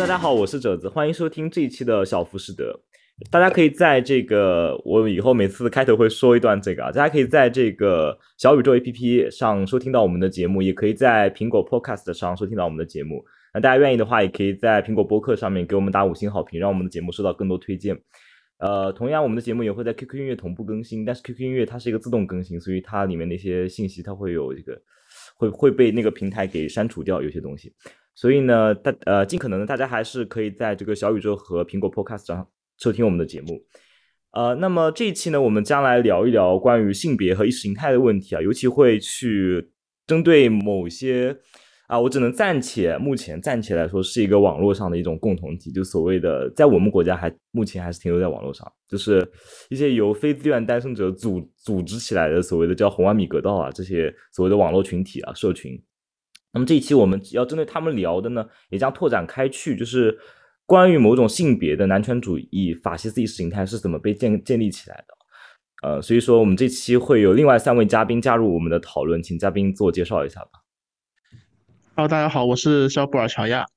大家好，我是褶子，欢迎收听这一期的小浮士德。大家可以在这个，我以后每次开头会说一段这个啊，大家可以在这个小宇宙 APP 上收听到我们的节目，也可以在苹果 Podcast 上收听到我们的节目。那大家愿意的话，也可以在苹果播客上面给我们打5星好评，让我们的节目收到更多推荐。同样我们的节目也会在 QQ 音乐同步更新，但是 QQ 音乐它是一个自动更新，所以它里面的一些信息它会有这个会被那个平台给删除掉有些东西。所以呢，尽可能的大家还是可以在这个小宇宙和苹果 Podcast 上收听我们的节目。那么这一期呢，我们将来聊一聊关于性别和意识形态的问题啊，尤其会去针对某些我只能目前暂且来说是一个网络上的一种共同体，就所谓的在我们国家目前还是停留在网络上，就是一些由非自愿单身者组织起来的所谓的叫红万米格道啊，这些所谓的网络群体啊社群。那么这一期我们要针对他们聊的呢，也将拓展开去，就是关于某种性别的男权主义、法西斯意识形态是怎么被建立起来的。所以说我们这期会有另外3位嘉宾加入我们的讨论，请嘉宾自我介绍一下吧。 Hello，大家好，我是肖布尔乔亚。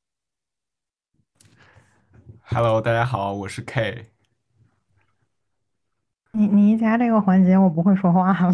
Hello，大家好，我是 K。 你一加这个环节，我不会说话了。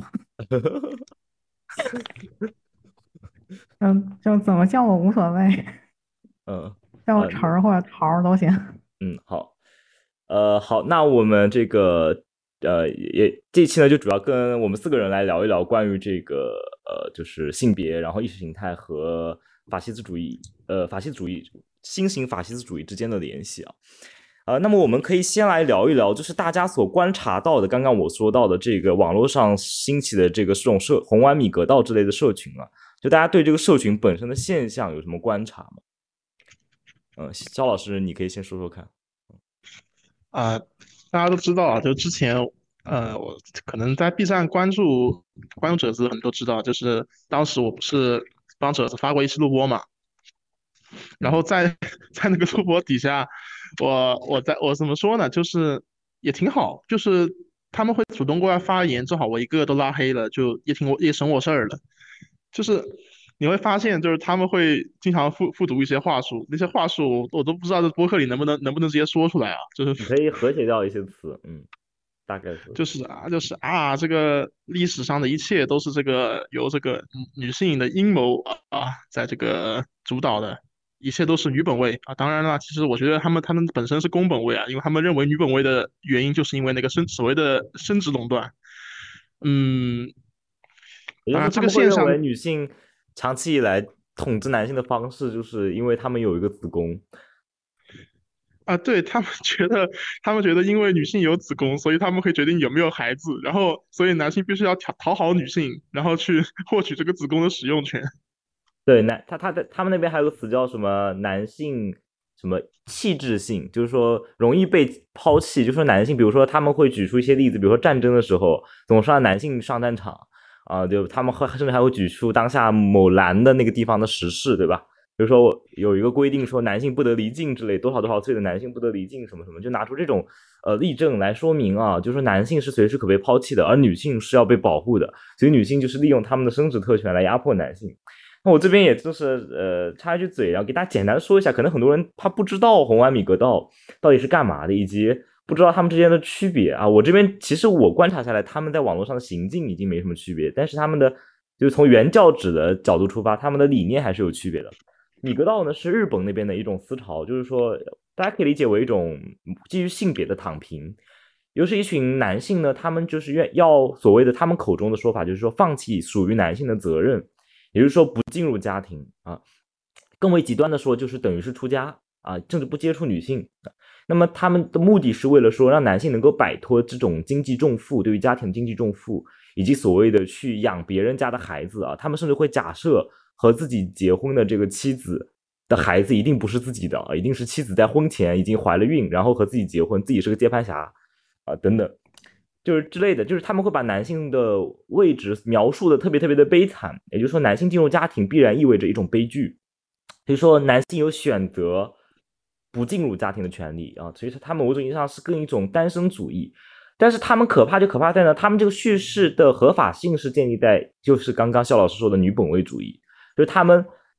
就怎么叫我无所谓， 嗯叫我晨儿或者桃儿都行。 好，好，那我们这个这一期呢，就主要跟我们4个人来聊一聊关于这个就是性别，然后意识形态和法西斯主义新型法西斯主义之间的联系啊。那么我们可以先来聊一聊，就是大家所观察到的，刚刚我说到的这个网络上兴起的这个种红湾米格道之类的社群啊，就大家对这个社群本身的现象有什么观察吗？肖老师，你可以先说说看。 啊、大家都知道啊，就之前我可能在 B 站关注褶子的很多知道，就是当时我不是帮褶子发过一期录播嘛，然后在那个录播底下，我怎么说呢，就是也挺好，就是他们会主动过来发言，正好我一个个都拉黑了，就也省我事儿了。就是你会发现，就是他们会经常复读一些话术，那些话术我都不知道在播客里能不能直接说出来啊，就是你可以和谐掉一些词，大概是。 这个历史上的一切都是由这个女性的阴谋在这个主导的，一切都是女本位啊。当然了，其实我觉得他们本身是公本位啊，因为他们认为女本位的原因就是因为那个所谓的生殖垄断。嗯，当然也就是说，他们会这个现象认为女性长期以来统治男性的方式，就是因为他们有一个子宫。 对，他们觉得，因为女性有子宫，所以他们可以决定有没有孩子，然后所以男性必须要讨好女性，然后去获取这个子宫的使用权。 对，他们那边还有个词叫什么男性什么气质性，就是说容易被抛弃。就是说男性，比如说他们会举出一些例子，比如说战争的时候总是让男性上战场就他们甚至还会举出当下某蓝的那个地方的时事，对吧？比如说有一个规定说男性不得离境之类，多少多少岁的男性不得离境什么什么，就拿出这种例证来说明啊，就是说男性是随时可被抛弃的，而女性是要被保护的，所以女性就是利用他们的生殖特权来压迫男性。那我这边也就是插一句嘴，然后给大家简单说一下，可能很多人他不知道红湾米格道到底是干嘛的，以及不知道他们之间的区别啊。我这边其实我观察下来，他们在网络上的行径已经没什么区别，但是他们的就是从原教旨的角度出发，他们的理念还是有区别的。米格道呢是日本那边的一种思潮，就是说大家可以理解为一种基于性别的躺平。又是一群男性呢，他们就是要所谓的他们口中的说法，就是说放弃属于男性的责任，也就是说不进入家庭啊，更为极端的说就是等于是出家啊，甚至不接触女性。那么他们的目的是为了说让男性能够摆脱这种经济重负，对于家庭经济重负，以及所谓的去养别人家的孩子啊，他们甚至会假设和自己结婚的这个妻子的孩子一定不是自己的啊，一定是妻子在婚前已经怀了孕，然后和自己结婚，自己是个接盘侠等等。就是之类的，就是他们会把男性的位置描述的特别特别的悲惨，也就是说，男性进入家庭必然意味着一种悲剧，所以说男性有选择不进入家庭的权利啊，所以说他们某种意义上是更一种单身主义。但是他们可怕就可怕在呢，他们这个叙事的合法性是建立在就是刚刚肖老师说的女本位主义，就是他们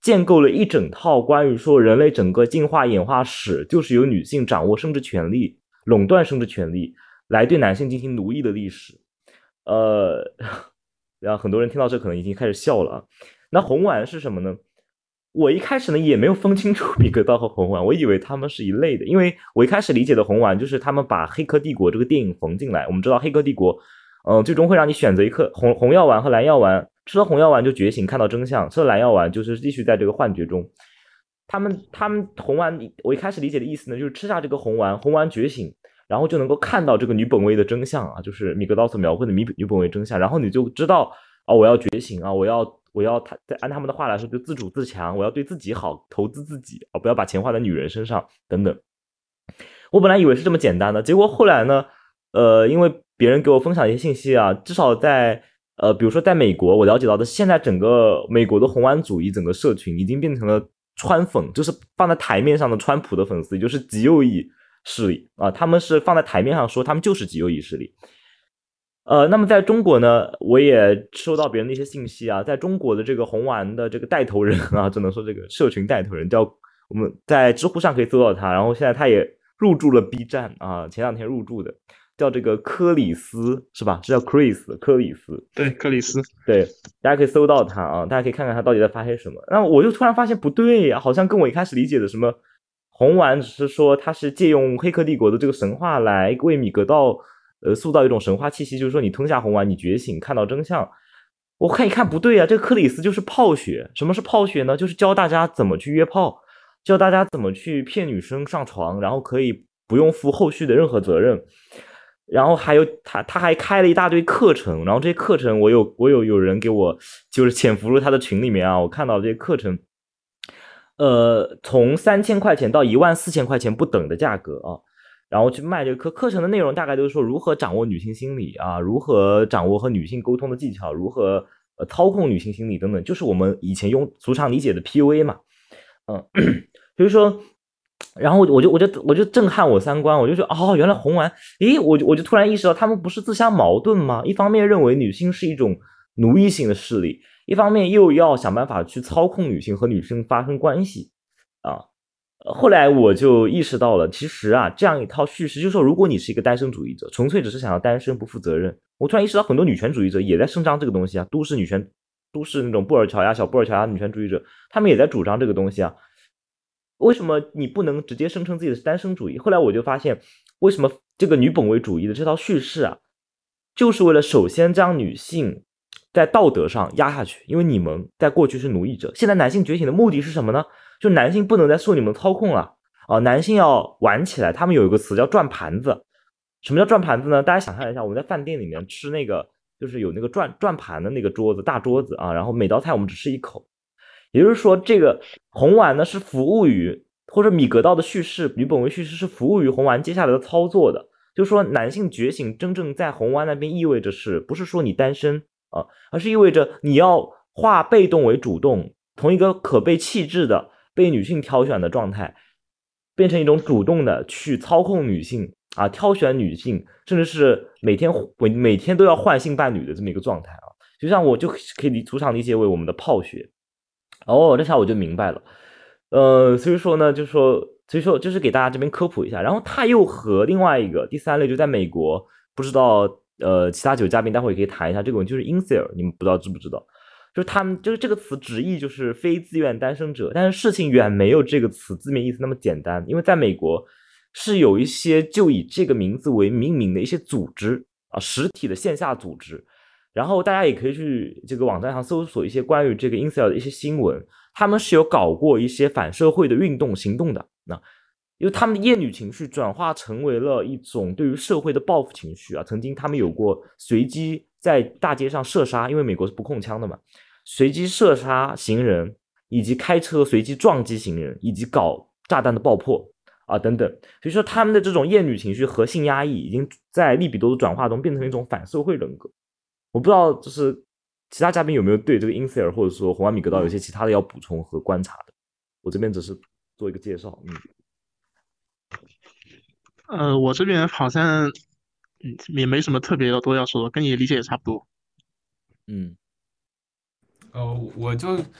建构了一整套关于说人类整个进化演化史就是由女性掌握生殖权利、垄断生殖权利，来对男性进行奴役的历史。然后很多人听到这可能已经开始笑了啊。那红丸是什么呢？我一开始呢也没有分清楚米格道和红丸，我以为他们是一类的，因为我一开始理解的红丸就是他们把《黑客帝国》这个电影缝进来。我们知道《黑客帝国》，最终会让你选择一颗红药丸和蓝药丸，吃了红药丸就觉醒看到真相，吃了蓝药丸就是继续在这个幻觉中。他们红丸，我一开始理解的意思呢，就是吃下这个红丸，红丸觉醒，然后就能够看到这个女本位的真相啊，就是米格道所描绘的女本位真相，然后你就知道啊，我要觉醒啊，我要按他们的话来说，就自主自强，我要对自己好，投资自己啊，不要把钱花在女人身上等等。我本来以为是这么简单的，结果后来呢，因为别人给我分享一些信息啊，至少在比如说在美国，我了解到的，现在整个美国的红丸主义整个社群已经变成了川粉，就是放在台面上的川普的粉丝，也就是极右翼势力啊，他们是放在台面上说他们就是极右翼势力。那么在中国呢，我也收到别人的一些信息啊，在中国的这个红丸的这个带头人啊，只能说这个社群带头人叫我们在知乎上可以搜到他，然后现在他也入驻了 B 站啊，前2天入驻的，叫这个科里斯是吧？是叫 Chris 科里斯， 对，克里斯， 对，大家可以搜到他啊，大家可以看看他到底在发些什么。那我就突然发现不对呀，好像跟我一开始理解的什么红丸只是说他是借用黑客帝国的这个神话来为米格道塑造一种神话气息，就是说你吞下红丸，你觉醒，看到真相。我看一看不对啊，这个克里斯就是炮学。什么是炮学呢？就是教大家怎么去约炮，教大家怎么去骗女生上床，然后可以不用负后续的任何责任。然后还有他还开了一大堆课程，然后这些课程我有人给我就是潜伏入他的群里面啊，我看到这些课程，从3000块钱到14000块钱不等的价格啊。然后去卖这个课程的内容大概都是说如何掌握女性心理啊，如何掌握和女性沟通的技巧，如何操控女性心理等等，就是我们以前用俗常理解的 PUA 嘛，所以说，然后我就震撼我三观，我就说哦，原来红丸，诶，我就突然意识到他们不是自相矛盾吗？一方面认为女性是一种奴役性的势力，一方面又要想办法去操控女性和女性发生关系啊。后来我就意识到了，其实啊，这样一套叙事，就是说，如果你是一个单身主义者，纯粹只是想要单身不负责任，我突然意识到，很多女权主义者也在声张这个东西啊，都市那种布尔乔亚、小布尔乔亚女权主义者，他们也在主张这个东西啊。为什么你不能直接声称自己的是单身主义？后来我就发现，为什么这个女本位主义的这套叙事啊，就是为了首先将女性在道德上压下去，因为你们在过去是奴役者，现在男性觉醒的目的是什么呢？就男性不能再受你们操控了啊！男性要玩起来。他们有一个词叫转盘子。什么叫转盘子呢？大家想象一下，我们在饭店里面吃那个，就是有那个转盘的那个桌子，大桌子啊，然后每道菜我们只吃一口。也就是说，这个红丸呢是服务于，或者米格道的叙事，女本位叙事是服务于红丸接下来的操作的。就是说，男性觉醒真正在红丸那边意味着不是说你单身啊，而是意味着你要化被动为主动，从一个可被弃置的被女性挑选的状态，变成一种主动的去操控女性啊，挑选女性，甚至是每天都要换性伴侣的这么一个状态啊。就像我就可以通常理解为我们的炮学。这下我就明白了。所以说呢，就是给大家这边科普一下。然后它又和另外一个第3类，就在美国，不知道其他几位嘉宾待会儿也可以谈一下这个问题，就是 incel， 你们不知道知不知道？就是他们就是这个词直译就是非自愿单身者，但是事情远没有这个词字面意思那么简单，因为在美国是有一些就以这个名字为命名的一些组织啊，实体的线下组织。然后大家也可以去这个网站上搜索一些关于这个 incel 的一些新闻，他们是有搞过一些反社会的运动行动的。那因为他们的厌女情绪转化成为了一种对于社会的报复情绪啊，曾经他们有过随机在大街上射杀，因为美国是不控枪的嘛，随机射杀行人，以及开车随机撞击行人，以及搞炸弹的爆破啊等等。所以说他们的这种厌女情绪和性压抑已经在利比多的转化中变成一种反社会人格。我不知道就是其他嘉宾有没有对这个 incel 或者说红丸米格道有些其他的要补充和观察的，我这边只是做一个介绍。 我这边好像也没什么特别的多要说的，跟你理解也差不多。 我就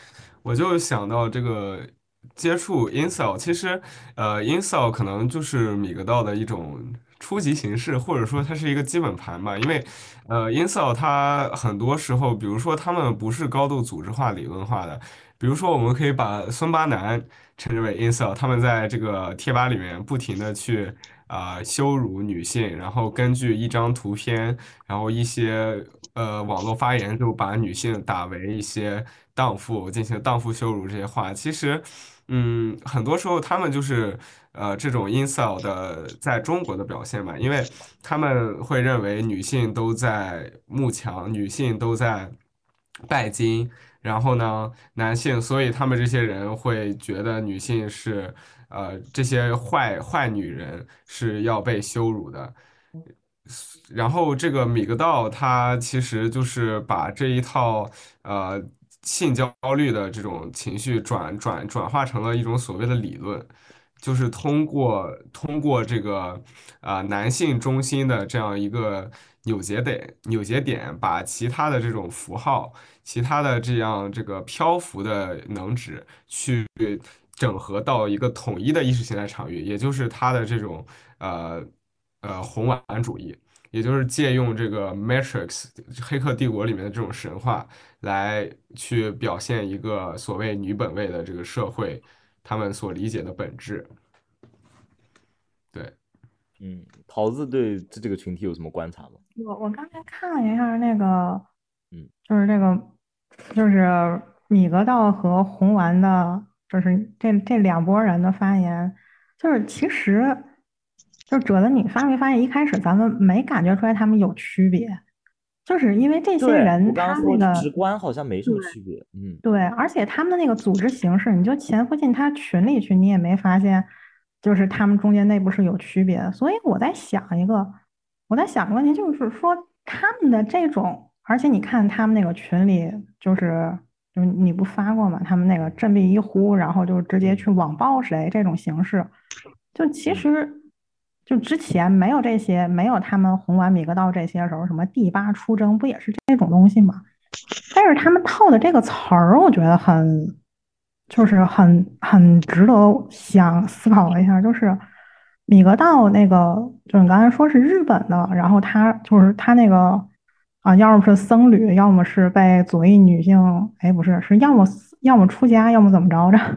我就想到这个接触 Incel，其实Incel 可能就是米格道的一种初级形式，或者说它是一个基本盘吧。因为Incel 它很多时候，比如说他们不是高度组织化、理论化的，比如说我们可以把孙八男称之为 Incel，他们在这个贴吧里面不停的去羞辱女性，然后根据一张图片。然后一些网络发言就把女性打为一些荡妇，进行荡妇羞辱这些话。其实，很多时候他们就是这种 incel 的在中国的表现嘛，因为他们会认为女性都在慕强，女性都在拜金。然后呢，男性，所以他们这些人会觉得女性是，这些坏女人是要被羞辱的。然后这个米格道他其实就是把这一套呃性焦虑的这种情绪转化成了一种所谓的理论，就是通过这个男性中心的这样一个扭结点，把其他的这种符号、其他的这个漂浮的能指去整合到一个统一的意识形态场域，也就是他的这种呃红丸主义。也就是借用这个《Matrix》《黑客帝国》里面的这种神话，来去表现一个所谓女本位的这个社会，他们所理解的本质。对， 桃子对这个群体有什么观察吗？ 我刚才看了一下那个， 嗯， 就是这个，就是米格道和红丸的，就是这两拨人的发言，就是其实，就褶子，你发没发现一开始咱们没感觉出来他们有区别，就是因为这些对，我人刚刚他那个。 说直观好像没什对。 么区别。 对，而且他们的那个组织形式，你就潜伏进他群里去，你也没发现，就是他们中间内部是有区别的。所以我在想一个问题，就是说他们的这种，而且你看他们那个群里，就是你不发过吗？他们那个振臂一呼，然后就直接去网暴谁这种形式，就其嗯， 实就之前没有这些，没有他们红丸米格道这些时候，什么第八出征不也是这种东西吗？但是他们套的这个词儿，我觉得就是很值得想思考一下。就是米格道那个，就是你刚才说是日本的，然后他那个要么是僧侣，要么是被左翼女性，哎，不是，是要么出家，要么怎么着着。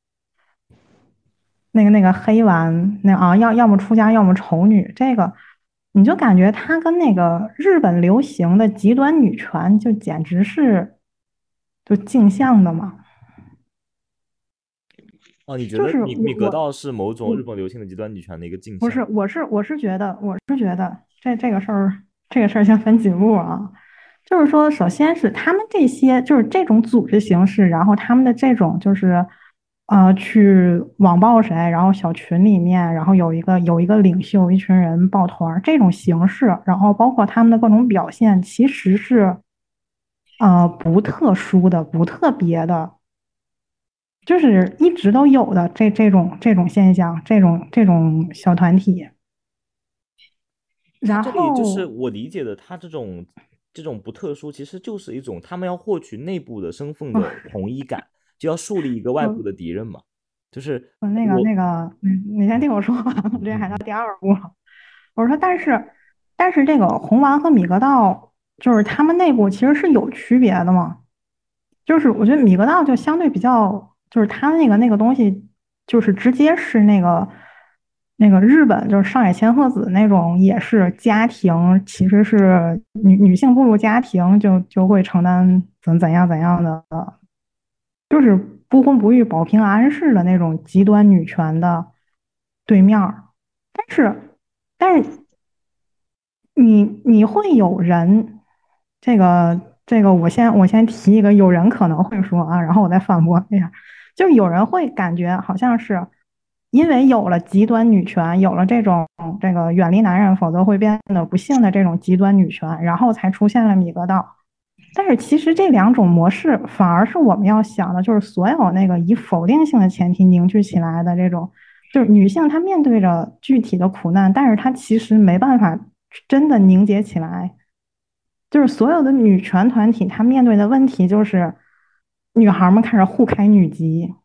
那个黑丸要么出家，要么丑女，这个你就感觉他跟那个日本流行的极端女权就简直是就镜像的嘛。 哦，你觉就是得米格我道是某种我日本流行的极端女权的一个镜不是， 像？ 我是觉得这个事儿先分几步啊。就是说，首先是他们这些就是这种组织形式，然后他们的这种就是去网暴谁，然后小群里面，然后有一个领袖，一群人抱团儿这种形式，然后包括他们的各种表现，其实是不特殊的、不特别的，就是一直都有的这种现象，这种小团体。然他这里就是后我理解的，他这种不特殊，其实就是一种他们要获取内部的身份的统一感，就要树立一个外部我的敌人嘛。就是那个我， 那个，你先听我说完，我这还到第二步。我说，但是这个红丸和米格道，就是他们内部其实是有区别的嘛。就是我觉得米格道就相对比较，就是他那个东西，就是直接是那个日本就是上野千鹤子那种，也是家庭其实是女性步入家庭就会承担怎样的，就是不婚不育保平安式的那种极端女权的对面儿。但是你会有人，这个我先提一个，有人可能会说啊，然后我再反驳一下，就有人会感觉好像是因为有了极端女权，有了这个远离男人，否则会变得不幸的这种极端女权，然后才出现了米格道。但是其实这两种模式反而是我们要想的，就是所有那个以否定性的前提凝聚起来的这种，就是女性她面对着具体的苦难，但是她其实没办法真的凝结起来。就是所有的女权团体，她面对的问题就是女孩们开始互开女籍，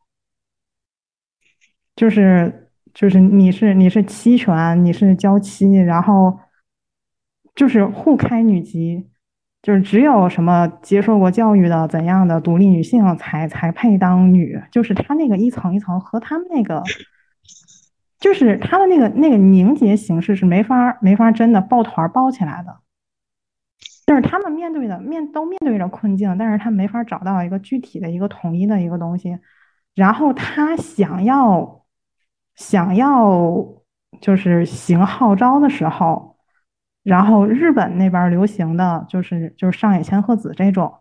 就是你是妻权，你是娇妻，然后就是互开女籍，就是只有什么接受过教育的怎样的独立女性才配当女，就是他那个一层一层和他们那个，就是他们那个凝结形式是没法真的抱团抱起来的。就是他们面对着困境，但是他没法找到一个具体的一个统一的一个东西，然后他想要就是行号召的时候，然后日本那边流行的就是上野千鹤子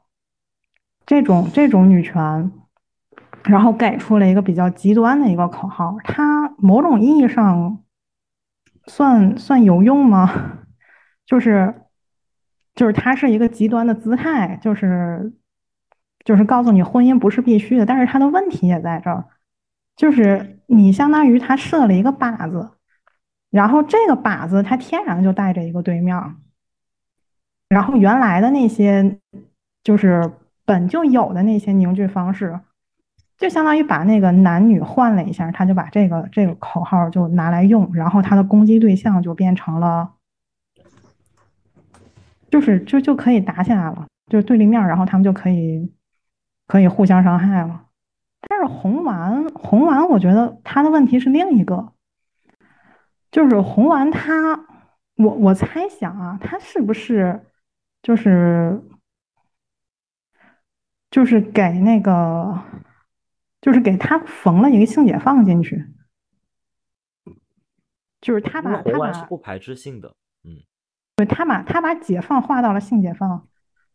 这种女权，然后给出了一个比较极端的一个口号，它某种意义上算有用吗？就是就是它是一个极端的姿态，就是告诉你婚姻不是必须的，但是它的问题也在这儿，就是你相当于它设了一个靶子，然后这个靶子它天然就带着一个对面儿，然后原来的那些就是本就有的那些凝聚方式，就相当于把那个男女换了一下，他就把这个口号就拿来用，然后他的攻击对象就变成了。就可以打起来了，就是对立面，然后他们就可以互相伤害了。但是红丸，我觉得他的问题是另一个，就是红丸他，我猜想啊，他是不是就是就是给那个就是给他缝了一个性解放进去，就是他因为红把他把丸是不排斥性的， 对他把解放划到了性解放，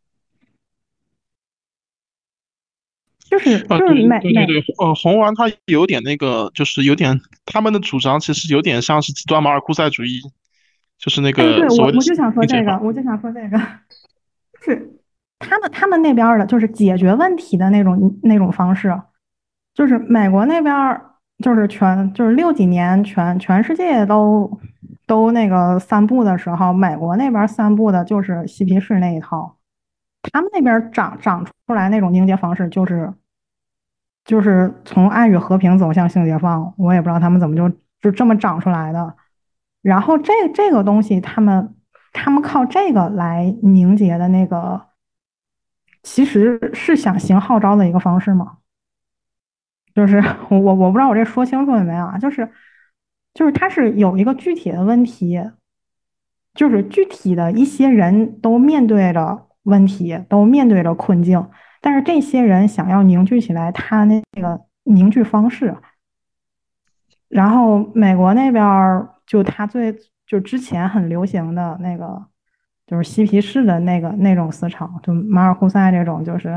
就是就是对每每对对对，红丸它有点那个，就是有点他们的主张其实有点像是极端马尔库塞主义，就是那哎，对， 个所谓的我我就想说性解放。 这个，我就想说这个，是他们那边儿的，就是解决问题的那种方式，就是美国那边儿就是就是60几年全世界都那个散步的时候，美国那边儿散步的就是嬉皮士那一套，他们那边儿长出来那种凝结方式，就是从爱与和平走向性解放，我也不知道他们怎么就这么长出来的。然后这个东西，他们靠这个来凝结的那个，其实是想行号召的一个方式吗？就是我不知道我这说清楚了没有啊？就是它是有一个具体的问题，就是具体的一些人都面对着问题，都面对着困境，但是这些人想要凝聚起来，他那个凝聚方式。然后美国那边儿就之前很流行的那个，就是嬉皮士的那种思潮，就马尔库塞这种，就是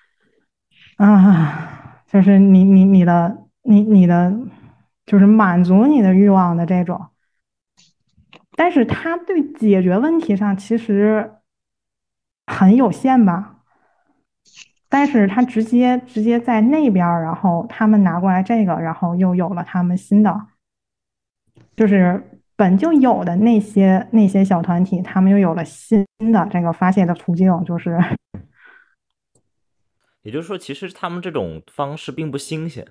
就是你的，就是满足你的欲望的这种，但是他对解决问题上其实很有限吧。但是他直接在那边儿，然后他们拿过来这个，然后又有了他们新的。就是本就有的那些小团体，他们又有了新的这个发泄的途径，就是也就是说，其实他们这种方式并不新鲜。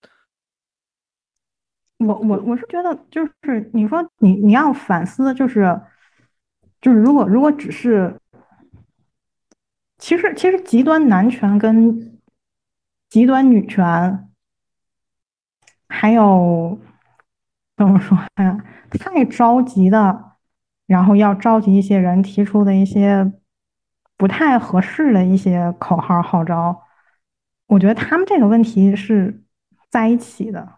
我是觉得，就是你说你要反思，就是如果只是，其实极端男权跟极端女权，还有怎么说呀，太着急的，然后要召集一些人提出的一些不太合适的一些口号号召，我觉得他们这个问题是在一起的。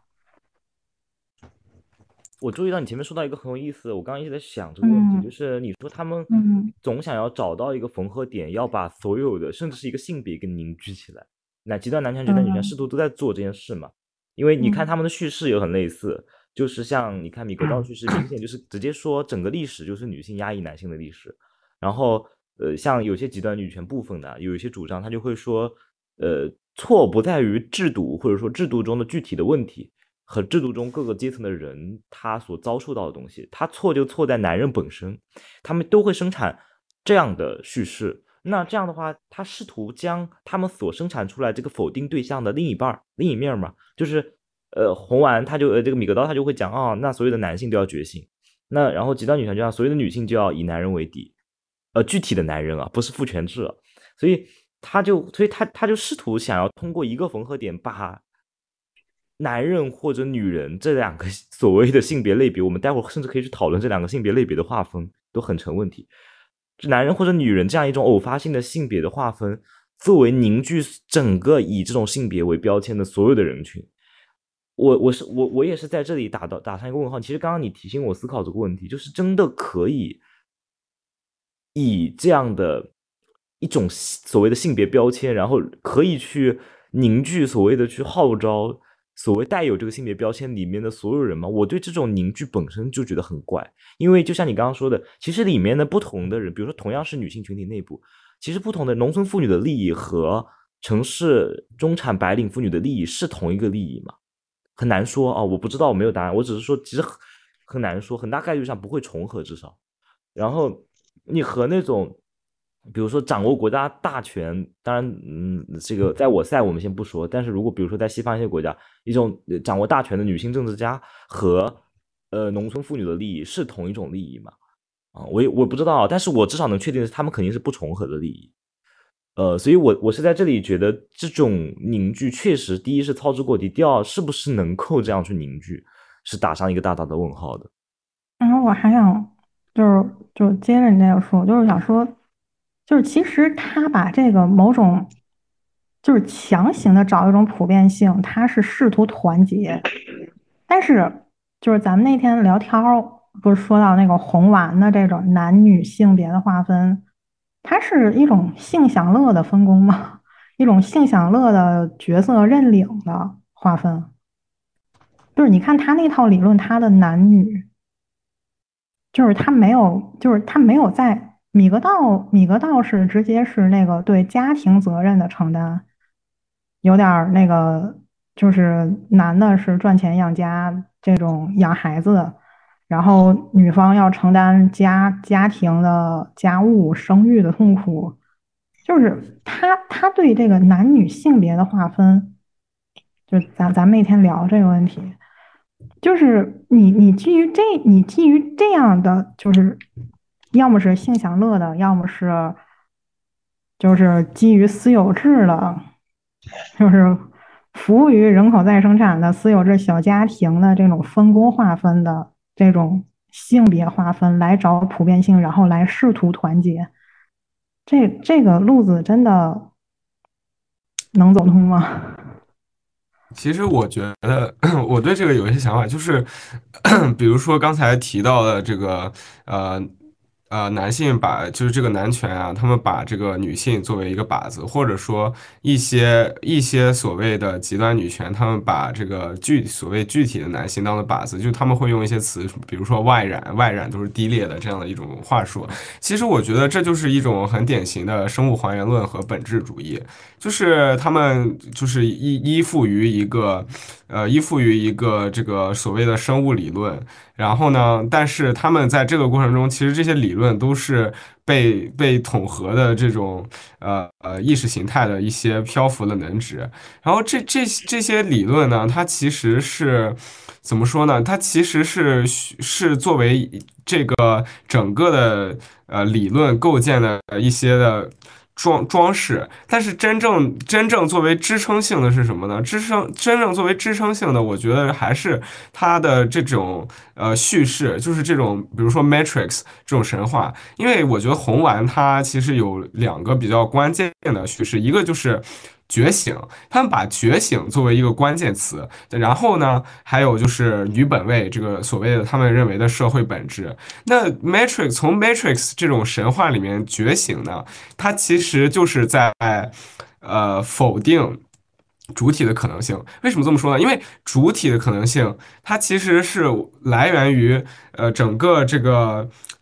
我注意到你前面说到一个很有意思，我刚刚一直在想这个问题，就嗯是你说他们嗯总想要找到一个缝合点，要把所有的甚至是一个性别给凝聚起来。那极端男权、极端女权试嗯图都在做这件事嘛？因为你看嗯他们的叙事也很类似，就是像你看米格道叙事，明显就是直接说整个历史就是女性压抑男性的历史。然后像有些极端女权部分的，有一些主张，他就会说，错不在于制度或者说制度中的具体的问题。和制度中各个阶层的人他所遭受到的东西，他错就错在男人本身，他们都会生产这样的叙事， 那这样的话，他试图将他们所生产出来这个否定对象的另一面嘛，就是红丸他就这个米格刀他就会讲哦，那所有的男性都要觉醒，那然后极端女权就让所有的女性就要以男人为敌，具体的男人啊，不是父权制啊，所以他就试图想要通过一个缝合点把男人或者女人这两个所谓的性别类别，我们待会儿甚至可以去讨论这两个性别类别的划分都很成问题。男人或者女人这样一种偶发性的性别的划分，作为凝聚整个以这种性别为标签的所有的人群，我也是在这里打上一个问号。其实刚刚你提醒我思考这个问题，就是真的可以以这样的一种所谓的性别标签，然后可以去凝聚所谓的去号召所谓带有这个性别标签里面的所有人吗？我对这种凝聚本身就觉得很怪，因为就像你刚刚说的，其实里面的不同的人，比如说同样是女性群体内部，其实不同的农村妇女的利益和城市中产白领妇女的利益是同一个利益吗？很难说啊，我不知道，我没有答案，我只是说其实很难说，很大概率上不会重合，至少。然后你和那种比如说掌握国家大权，当然，这个在我赛我们先不说，但是如果比如说在西方一些国家，一种掌握大权的女性政治家和农村妇女的利益是同一种利益嘛？啊，我不知道，但是我至少能确定的是，他们肯定是不重合的利益。所以我是在这里觉得这种凝聚确实，第一是操之过急，第二是不是能够这样去凝聚，是打上一个大大的问号的。 然后我还想就接着你这个说，我就是想说，就是其实他把这个某种就是强行的找一种普遍性，他是试图团结，但是就是咱们那天聊天儿不是说到那个红丸的这种男女性别的划分，它是一种性享乐的分工吗？一种性享乐的角色认领的划分，就是你看他那套理论，他的男女。就是他没有在米格道是直接是那个对家庭责任的承担，有点儿那个，就是男的是赚钱养家这种养孩子，然后女方要承担家庭的家务、生育的痛苦，就是他对这个男女性别的划分，就咱们那天聊这个问题。就是你基于这样的，就是要么是性享乐的，要么是就是基于私有制的，就是服务于人口再生产的私有制小家庭的这种分工划分的这种性别划分来找普遍性，然后来试图团结，这个路子真的能走通吗？ 其实我觉得我对这个有一些想法，就是比如说刚才提到的这个呃男性把就是这个男权啊，他们把这个女性作为一个靶子，或者说一些所谓的极端女权，他们把这个所谓具体的男性当做靶子，就他们会用一些词，比如说外染都是低劣的这样的一种话术。其实我觉得这就是一种很典型的生物还原论和本质主义。就是他们就是依附于一个这个所谓的生物理论，然后呢，但是他们在这个过程中，其实这些理论都是被统合的这种意识形态的一些漂浮的能值，然后这些理论呢，它其实是怎么说呢？它其实是作为整个的理论构建的一些的装饰，但是真正作为支撑性的是什么呢？真正作为支撑性的，我觉得还是它的这种叙事，就是这种比如说 Matrix 这种神话，因为我觉得红丸它其实有两个比较关键的叙事，一个就是觉醒，他们把觉醒作为一个关键词，然后呢，还有就是女本位这个所谓的他们认为的社会本质。那 从 Matrix 这种神话里面觉醒呢，它其实就是在否定主体的可能性。为什么这么说呢？因为主体的可能性，它其实是来源于整个这个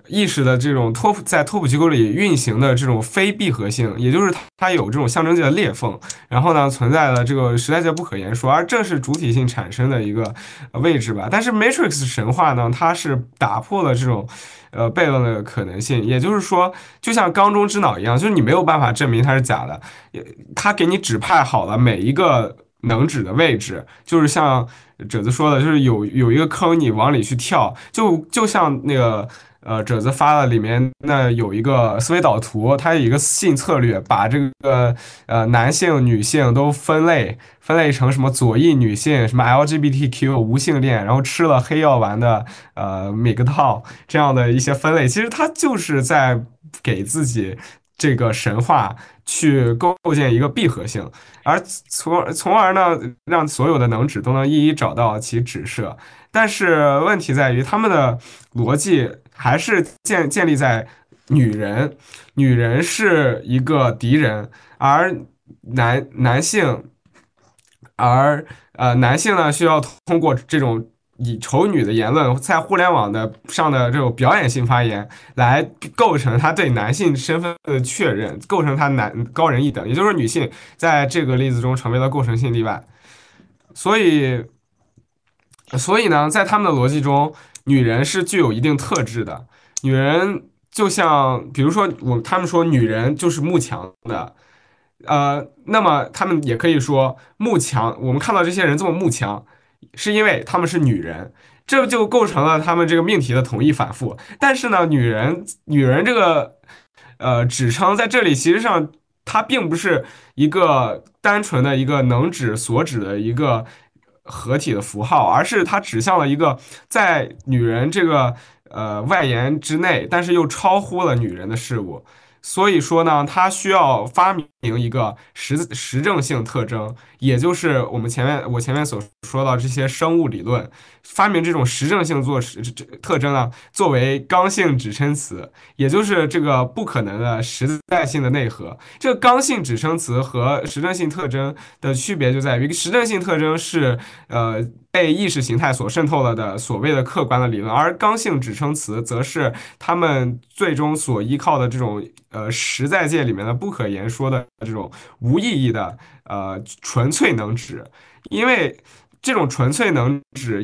意识的这种在拓扑机构里运行的这种非闭合性，也就是它有这种象征界的裂缝，然后呢存在了这个时代界不可言说，而这是主体性产生的一个位置吧。但是 Matrix 神话呢，它是打破了这种悖论的可能性，也就是说，就像缸中之脑一样，就是你没有办法证明它是假的，它给你指派好了每一个能指的位置，就是像褶子说的，就是有一个坑你往里去跳，就像那个。褶子发了里面那有一个思维导图，它有一个性策略，把这个男性、女性都分类成什么左翼女性、什么 LGBTQ 无性恋，然后吃了黑药丸的每个套这样的一些分类，其实它就是在给自己这个神话去构建一个闭合性，而从而呢，让所有的能指都能一一找到其指涉。但是问题在于，他们的逻辑还是建立在女人，女人是一个敌人，而男性，而男性呢需要通过这种以丑女的言论，在互联网上的这种表演性发言，来构成他对男性身份的确认，构成他高人一等，也就是说，女性在这个例子中成为了构成性例外。所以，所以呢，在他们的逻辑中，女人是具有一定特质的。女人就像，比如说他们说女人就是慕强的，那么他们也可以说慕强。我们看到这些人这么慕强，是因为他们是女人，这就构成了他们这个命题的同义反复。但是呢，女人这个指称在这里，其实上它并不是一个单纯的一个能指所指的一个合体的符号，而是它指向了一个在女人这个外延之内，但是又超乎了女人的事物。所以说呢，它需要发明一个实证性特征，也就是我前面所说到这些生物理论，发明这种实证性特征呢，作为刚性指称词，也就是这个不可能的实在性的内核。这个刚性指称词和实证性特征的区别就在于，实证性特征是被意识形态所渗透了的所谓的客观的理论，而刚性指称词则是他们最终所依靠的这种实在界里面的不可言说的这种无意义的纯粹能指，因为这种纯粹能指，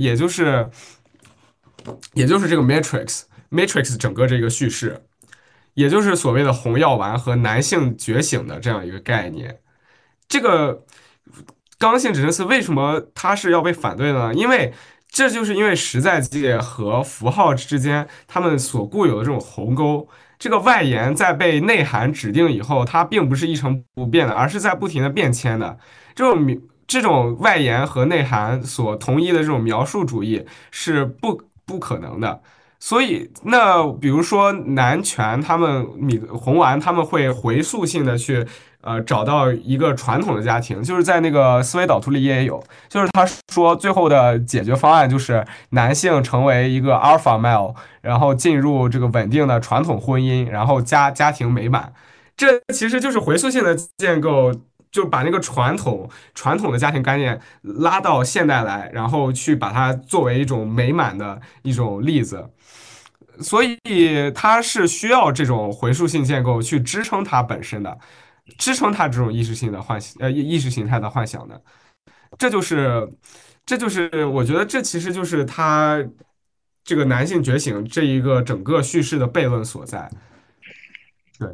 也就是这个 Matrix 整个这个叙事，也就是所谓的红药丸和男性觉醒的这样一个概念。这个刚性指称词为什么它是要被反对的呢？因为这就是因为实在界和符号之间它们所固有的这种鸿沟。这个外延在被内涵指定以后，它并不是一成不变的，而是在不停的变迁的。这种外延和内涵所统一的这种描述主义是不可能的。所以，那比如说男权，红丸他们会回溯性的去找到一个传统的家庭，就是在那个思维导图里也有，就是他说最后的解决方案就是男性成为一个 alpha male，然后进入这个稳定的传统婚姻，然后家庭美满，这其实就是回溯性的建构。就把那个传统的家庭概念拉到现代来，然后去把它作为一种美满的一种例子。所以它是需要这种回溯性建构去支撑它本身的，支撑它这种意识形态的幻想的。这就是我觉得这其实就是它这个男性觉醒这一个整个叙事的悖论所在。对，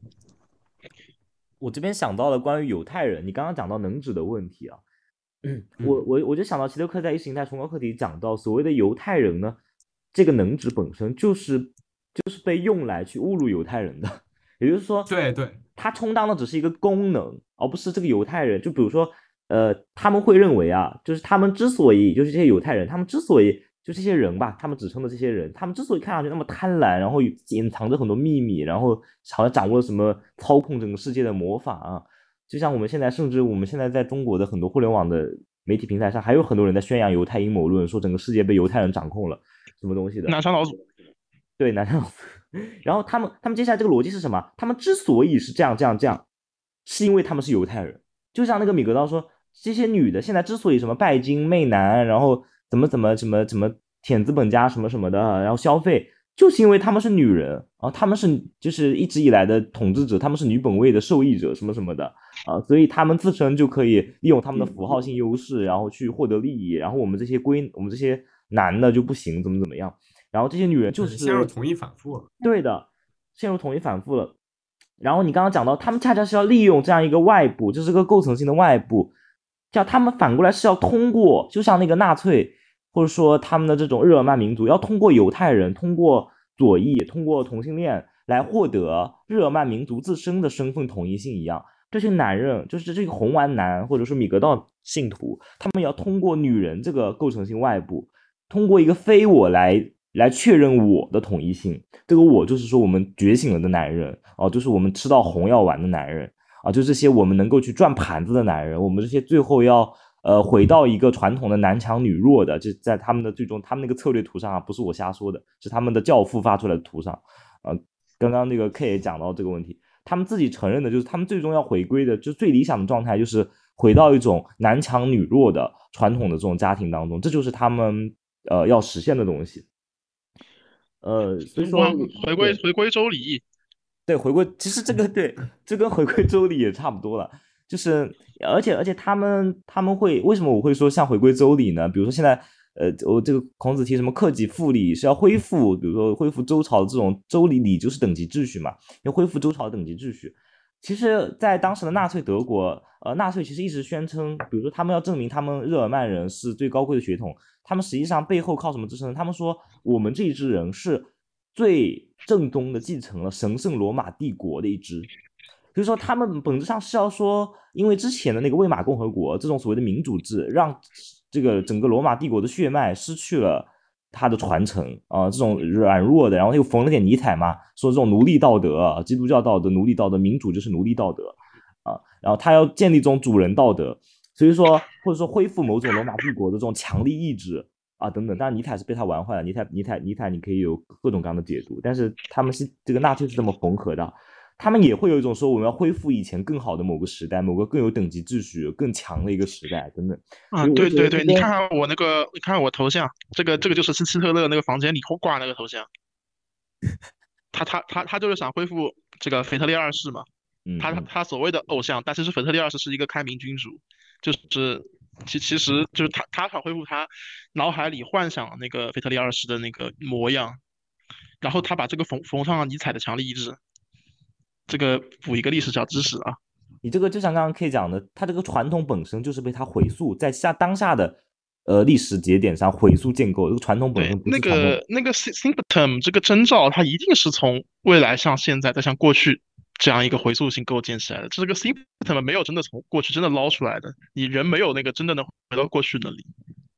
我这边想到了关于犹太人，你刚刚讲到能指的问题啊，我就想到齐德克在意识形态崇高课题讲到，所谓的犹太人呢，这个能指本身就是被用来去侮辱犹太人的，也就是说， 对对， 它充当的只是一个功能，而不是这个犹太人。就比如说，他们会认为啊，就是他们之所以就是这些犹太人，他们之所以就这些人吧，他们指称的这些人，他们之所以看上去那么贪婪，然后隐藏着很多秘密，然后好像掌握了什么操控整个世界的魔法啊，就像甚至我们现在在中国的很多互联网的媒体平台上，还有很多人在宣扬犹太阴谋论，说整个世界被犹太人掌控了，什么东西的。 南山老祖， 对，南山老祖。然后他们接下来这个逻辑是什么？他们之所以是这样，是因为他们是犹太人。就像那个米格道说，这些女的现在之所以什么拜金媚男，然后怎么舔资本家什么什么的，然后消费， 就是因为他们是女人啊，他们是就是一直以来的统治者，他们是女本位的受益者什么什么的啊，所以他们自身就可以利用他们的符号性优势，然后去获得利益，然后我们这些男的就不行，怎么样，然后这些女人就是陷入同一反复了。 对的，陷入同一反复了。然后你刚刚讲到，他们恰恰是要利用这样一个外部，就是个构成性的外部，叫他们反过来是要通过，就像那个纳粹。或者说他们的这种日耳曼民族要通过犹太人、通过左翼、通过同性恋来获得日耳曼民族自身的身份统一性一样，这些男人就是这个红丸男或者说米格道信徒，他们要通过女人这个构成性外部，通过一个非我来确认我的统一性。这个我就是说我们觉醒了的男人哦，就是我们吃到红药丸的男人啊，就这些我们能够去转盘子的男人，我们这些最后要回到一个传统的男强女弱的，就在他们的最终他们那个策略图上啊，不是我瞎说的，是他们的教父发出来的图上。刚刚那个 K 也讲到这个问题，他们自己承认的就是他们最终要回归的，就最理想的状态就是回到一种男强女弱的传统的这种家庭当中，这就是他们要实现的东西。所以说回归周礼， 对，回归其实这个对，这跟回归周礼也差不多了。就是而且他们会为什么我会说像回归周礼呢？比如说现在我这个孔子提什么克己复礼是要恢复，比如说恢复周朝的这种周礼就是等级秩序嘛，要恢复周朝的等级秩序。其实，在当时的纳粹德国，纳粹其实一直宣称，比如说他们要证明他们日耳曼人是最高贵的血统，他们实际上背后靠什么支撑？他们说我们这一支人是最正宗的继承了神圣罗马帝国的一支。比如说，他们本质上是要说，因为之前的那个魏玛共和国这种所谓的民主制，让这个整个罗马帝国的血脉失去了它的传承啊、这种软弱的，然后又缝了点尼采嘛，说这种奴隶道德、基督教道德、奴隶道德、民主就是奴隶道德啊，然后他要建立这种主人道德，所以说或者说恢复某种罗马帝国的这种强力意志啊等等。当然，尼采是被他玩坏了，尼采你可以有各种各样的解读，但是他们是这个纳粹是这么缝合的。他们也会有一种说我们要恢复以前更好的某个时代，某个更有等级秩序、更强的一个时代等等。 啊，对，你看看我那个，你看看我头像，这个就是希特勒那个房间里挂那个头像，他就是想恢复这个腓特烈二世嘛，他所谓的偶像，但其实腓特烈二世是一个开明君主，就是其实就是他想恢复他脑海里幻想那个腓特烈二世的那个模样，然后他把这个缝上了尼采的强力意志。这个补一个历史小知识啊， 你这个就像刚刚 K 讲的，它这个传统本身就是被它回溯在当下的历史节点上回溯建构，这个传统本身不是传统。 那个 symptom 这个征兆，它一定是从未来向现在再向过去这样一个回溯性构建起来的。这个 symptom 没有真的从过去真的捞出来的，你人没有那个真的能回到过去的能力。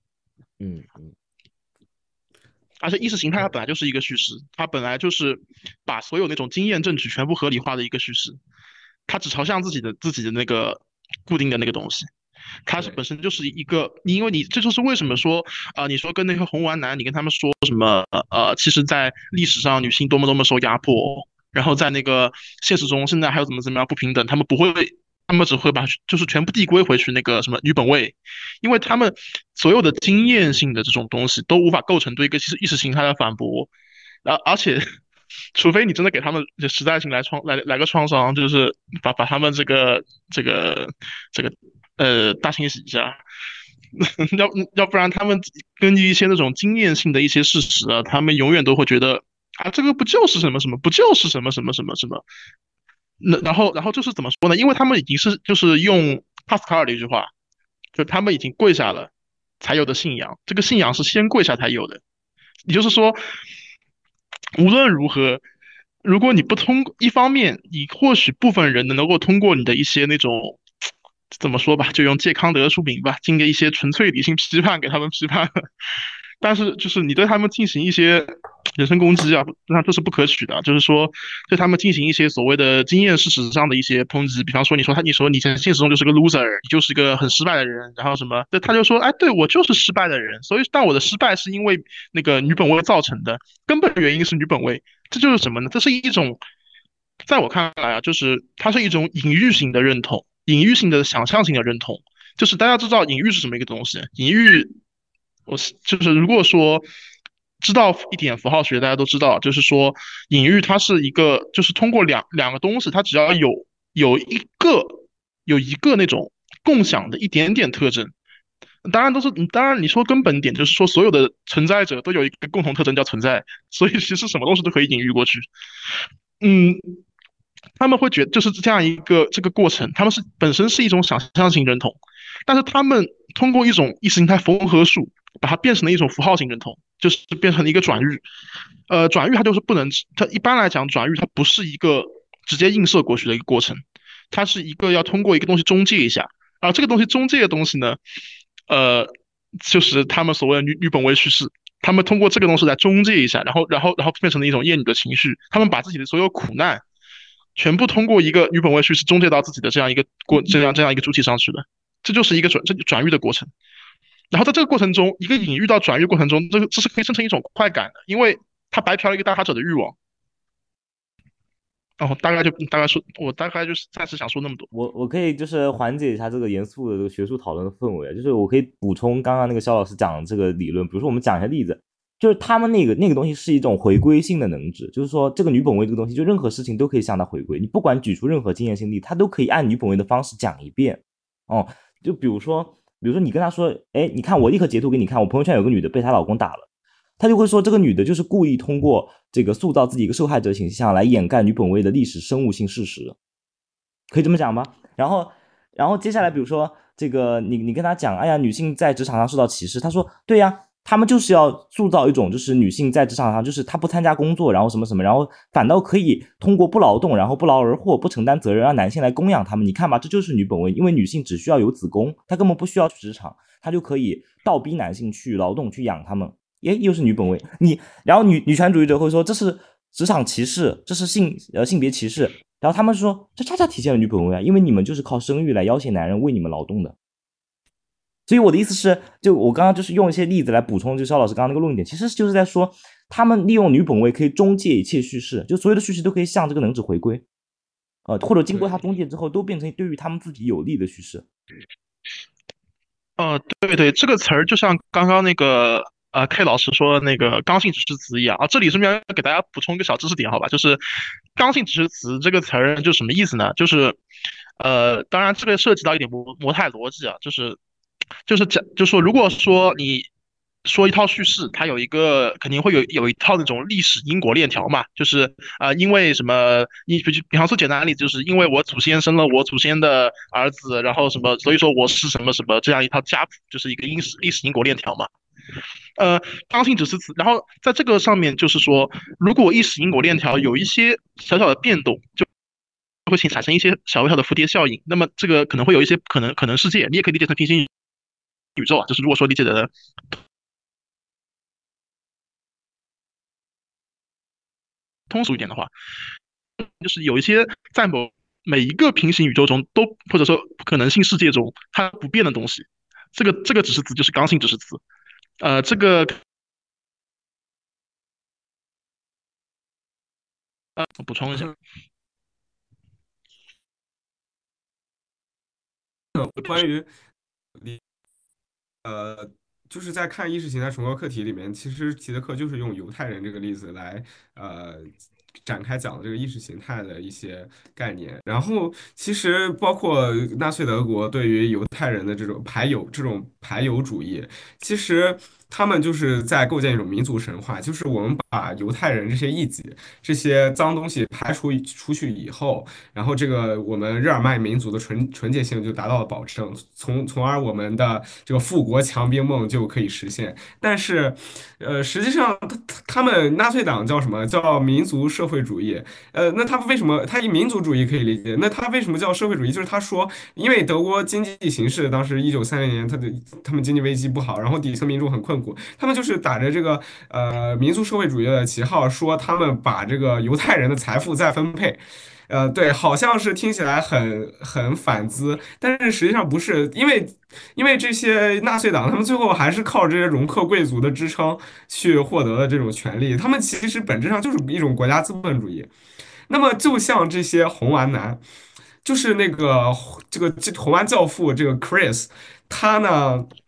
而且意识形态它本来就是一个叙事，它本来就是把所有那种经验证据全部合理化的一个叙事，它只朝向自己的那个固定的那个东西，它是本身就是一个，因为你这就是为什么说你说跟那个红丸男，你跟他们说什么其实在历史上女性多么受压迫，然后在那个现实中现在还有怎么样不平等，他们不会。他们只会把就是全部递归回去那个什么女本位，因为他们所有的经验性的这种东西都无法构成对一个意识形态的反驳，而且除非你真的给他们时代性来个创伤，就是把他们这个大清洗一下，要不然他们根据一些那种经验性的一些事实啊，他们永远都会觉得啊这个不就是什么什么，不就是什么什么什么什么。然后就是怎么说呢？因为他们已经是就是用帕斯卡尔的一句话，就他们已经跪下了才有的信仰，这个信仰是先跪下才有的。也就是说，无论如何，如果你不一方面，你或许部分人能够通过你的一些那种怎么说吧，就用介康德出名吧，经过一些纯粹理性批判给他们批判，但是就是你对他们进行一些人身攻击啊，那这是不可取的。就是说，对他们进行一些所谓的经验事实上的一些抨击，比方说你说你现实中就是个 loser， 你就是一个很失败的人，然后什么，他就说，哎，对我就是失败的人，所以但我的失败是因为那个女本位造成的，根本原因是女本位，这就是什么呢？这是一种，在我看来啊，就是它是一种隐喻性的认同，隐喻性的想象性的认同，就是大家知道隐喻是什么一个东西，隐喻。就是如果说知道一点符号学，大家都知道，就是说隐喻它是一个，就是通过两个东西，它只要有一个那种共享的一点点特征。当然你说根本点就是说所有的存在者都有一个共同特征叫存在，所以其实什么东西都可以隐喻过去。嗯，他们会觉得就是这样一个这个过程，他们本身是一种想象性认同，但是他们通过一种意识形态缝合术，把它变成了一种符号性认同，就是变成了一个转喻。转喻它就是不能，它一般来讲转喻它不是一个直接映射过去的一个过程，它是一个要通过一个东西中介一下，然后这个东西中介的东西呢，呃，就是他们所谓的女本位叙事。他们通过这个东西来中介一下，然后变成了一种厌女的情绪。他们把自己的所有苦难全部通过一个女本位叙事中介到自己的这样一个主体上去的，这就是一个转喻的过程。然后在这个过程中，一个隐喻到转喻过程中，这是可以生成一种快感的，因为它白嫖了一个大他者的欲望。然后我大概就是暂时想说那么多。 我可以就是缓解一下这个严肃的这个学术讨论的氛围，就是我可以补充刚刚那个肖老师讲的这个理论，比如说我们讲一下例子，就是他们那个东西是一种回归性的能指，就是说这个女本位这个东西，就任何事情都可以向它回归，你不管举出任何经验性例，它都可以按女本位的方式讲一遍。哦，就比如说你跟他说，哎，你看我立刻截图给你看，我朋友圈有个女的被她老公打了。他就会说这个女的就是故意通过这个塑造自己一个受害者形象来掩盖女本位的历史生物性事实，可以这么讲吗？然后接下来比如说这个你跟他讲，哎呀，女性在职场上受到歧视，他说对呀，他们就是要塑造一种就是女性在职场上就是她不参加工作，然后什么什么，然后反倒可以通过不劳动，然后不劳而获，不承担责任，让男性来供养他们。你看吧，这就是女本位，因为女性只需要有子宫，她根本不需要去职场，她就可以倒逼男性去劳动去养他们。又是女本位，然后女权主义者会说这是职场歧视，这是性别歧视，然后他们说这恰恰体现了女本位啊，因为你们就是靠生育来要挟男人为你们劳动的。所以我的意思是，就我刚刚就是用一些例子来补充，就肖老师刚刚那个论点，其实就是在说他们利用女本位可以中介一切叙事，就所有的叙事都可以向这个能指回归，或者经过他中介之后，都变成对于他们自己有利的叙事。 对对，这个词儿就像刚刚那个K 老师说的那个刚性指示词一样啊。这里顺便给大家补充一个小知识点，好吧？就是刚性指示词这个词儿就什么意思呢？就是当然这个涉及到一点模态逻辑啊，就是说，如果说你说一套叙事，它肯定会有一套那种历史因果链条嘛，就是因为什么，比方说简单的例子，就是因为我祖先生了我祖先的儿子，然后什么，所以说我是什么什么这样一套家谱，就是一个历史因果链条嘛。刚性指示词，然后在这个上面就是说，如果历史因果链条有一些小小的变动，就会产生一些小小的蝴蝶效应，那么这个可能会有一些可能世界，你也可以理解成平行宇宙啊，就是如果说理解的通俗一点的话，就是有一些在每一个平行宇宙中都或者说可能性世界中它不变的东西，这个指示词就是刚性指示词。这个我补充一下。 关于就是在看意识形态重构课题里面，其实齐泽克就是用犹太人这个例子来呃展开讲这个意识形态的一些概念。然后其实包括纳粹德国对于犹太人的这种排犹主义，其实他们就是在构建一种民族神话，就是我们把犹太人这些异己、这些脏东西排除出去以后。然后这个我们日耳曼民族的纯洁性就达到了保证，从而我们的这个富国强兵梦就可以实现。但是，实际上他们纳粹党叫什么？叫民族社会主义。那他为什么他以民族主义可以理解？那他为什么叫社会主义？就是他说，因为德国经济形势当时1930年，他们经济危机不好，然后底层民众很困苦，他们就是打着这个民族社会主义的旗号，说他们把这个犹太人的财富再分配。对，好像是听起来很反资，但是实际上不是，因为这些纳粹党他们最后还是靠这些容克贵族的支撑去获得了这种权利，他们其实本质上就是一种国家资本主义。那么就像这些红丸男，就是那个这个红丸教父这个 Chris，他呢。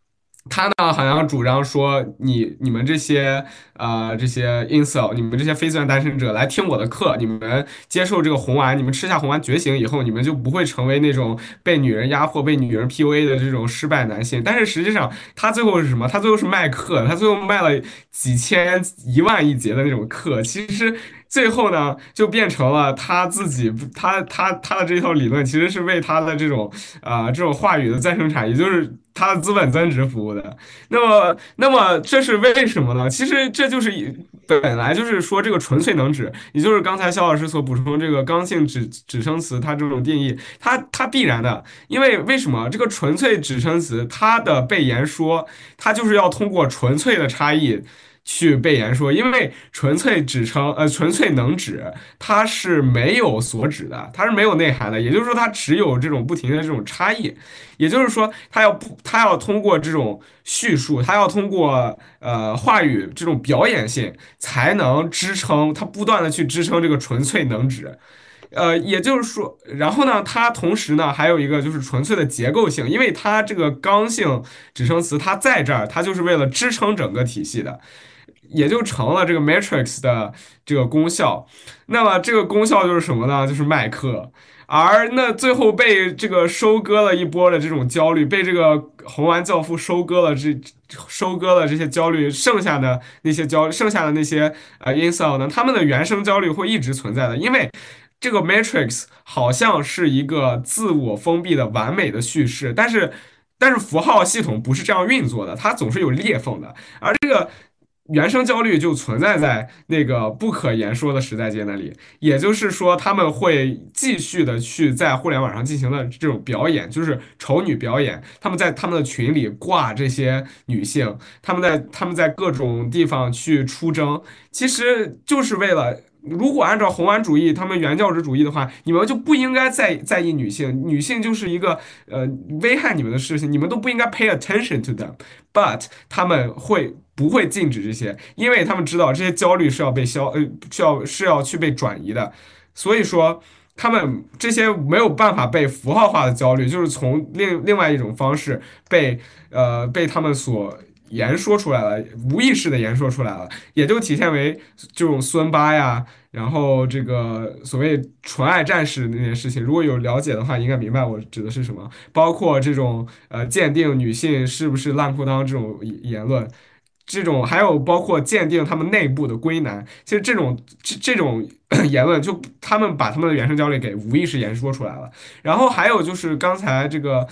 他呢好像主张说你们这些 incel，你们这些非自愿单身者来听我的课，你们接受这个红丸，你们吃下红丸觉醒以后，你们就不会成为那种被女人压迫、被女人 PUA 的这种失败男性。但是实际上他最后是什么？他最后是卖课，他最后卖了几千、1万1节的那种课，其实。最后呢，就变成了他自己，他的这套理论其实是为他的这种话语的再生产，也就是他的资本增值服务的。那么这是为什么呢？其实这就是本来就是说这个纯粹能指，也就是刚才肖老师所补充这个刚性指声词，它这种定义，它必然的，因为什么？这个纯粹指声词它的被言说，它就是要通过纯粹的差异。去被言说，因为纯粹能指，它是没有所指的，它是没有内涵的，也就是说，它只有这种不停的这种差异，也就是说，它要通过这种叙述，它要通过话语这种表演性，才能支撑它不断的去支撑这个纯粹能指。也就是说，然后呢，它同时呢还有一个就是纯粹的结构性，因为它这个刚性指声词它在这儿，它就是为了支撑整个体系的。也就成了这个 Matrix 的这个功效。那么这个功效就是什么呢？就是卖课。而那最后被这个收割了一波的这种焦虑，被这个红丸教父收割了这些焦虑，剩下的那些incel 呢，他们的原生焦虑会一直存在的，因为这个 Matrix 好像是一个自我封闭的完美的叙事，但是符号系统不是这样运作的，它总是有裂缝的。而这个原生焦虑就存在在那个不可言说的时代界那里，也就是说，他们会继续的去在互联网上进行的这种表演，就是丑女表演。他们在他们的群里挂这些女性，他们在各种地方去出征，其实就是为了。如果按照红丸主义，他们原教旨主义的话，你们就不应该在意女性，女性就是一个危害你们的事情，你们都不应该 pay attention to them。But 他们不会禁止这些，因为他们知道这些焦虑是要被是要去被转移的，所以说他们这些没有办法被符号化的焦虑，就是从另外一种方式被他们所言说出来了，无意识的言说出来了，也就体现为这种孙八呀。然后这个所谓纯爱战士那件事情，如果有了解的话，应该明白我指的是什么。包括这种鉴定女性是不是烂裤裆这种言论，这种还有包括鉴定他们内部的归男，其实这种言论，就他们把他们的原生焦虑给无意识言说出来了。然后还有就是刚才这个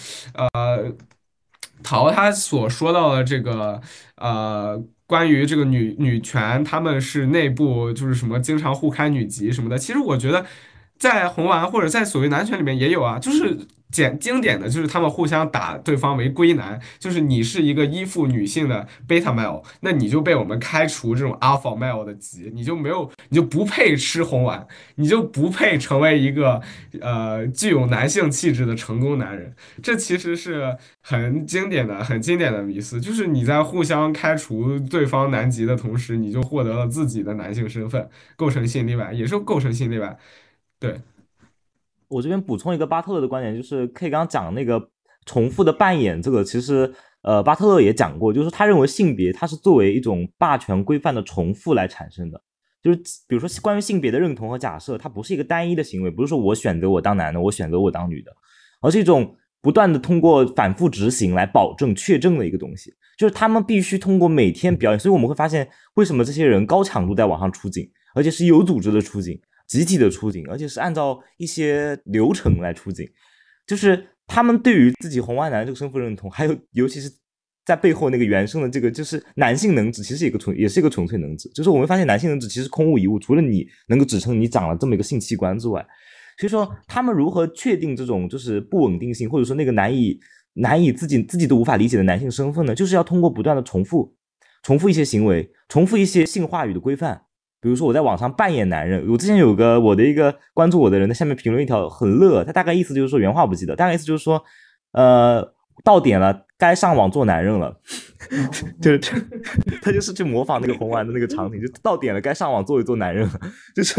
陶他所说到的这个关于这个女权，他们是内部就是什么经常互开女籍什么的。其实我觉得在红丸或者在所谓男权里面也有啊，就是经典的就是他们互相打对方为龟男，就是你是一个依附女性的 beta male，那你就被我们开除这种 alpha male 的籍，你就不配吃红丸，你就不配成为一个具有男性气质的成功男人。这其实是很经典的迷思，就是你在互相开除对方男籍的同时，你就获得了自己的男性身份，构成性例外，也是构成性例外。对， 我这边补充一个巴特勒的观点，就是可以刚刚讲那个重复的扮演，这个其实巴特勒也讲过，就是他认为性别它是作为一种霸权规范的重复来产生的，就是比如说关于性别的认同和假设，它不是一个单一的行为，不是说我选择我当男的，我选择我当女的，而是一种不断的通过反复执行来保证确证的一个东西，就是他们必须通过每天表演，所以我们会发现为什么这些人高强度在网上出警，而且是有组织的出警。集体的出警，而且是按照一些流程来出警，就是他们对于自己红丸男这个身份认同，还有尤其是在背后那个原生的这个就是男性能指，其实也是一个纯粹能指，就是我们发现男性能指其实空无一物，除了你能够指称你长了这么一个性器官之外，所以说他们如何确定这种就是不稳定性，或者说那个难以自己都无法理解的男性身份呢？就是要通过不断的重复一些行为，重复一些性话语的规范。比如说我在网上扮演男人，我之前有个我的一个关注我的人在下面评论一条很乐，他大概意思就是说，原话不记得，大概意思就是说到点了该上网做男人了就是他就是去模仿那个红丸的那个场景，就到点了该上网做一做男人了，就是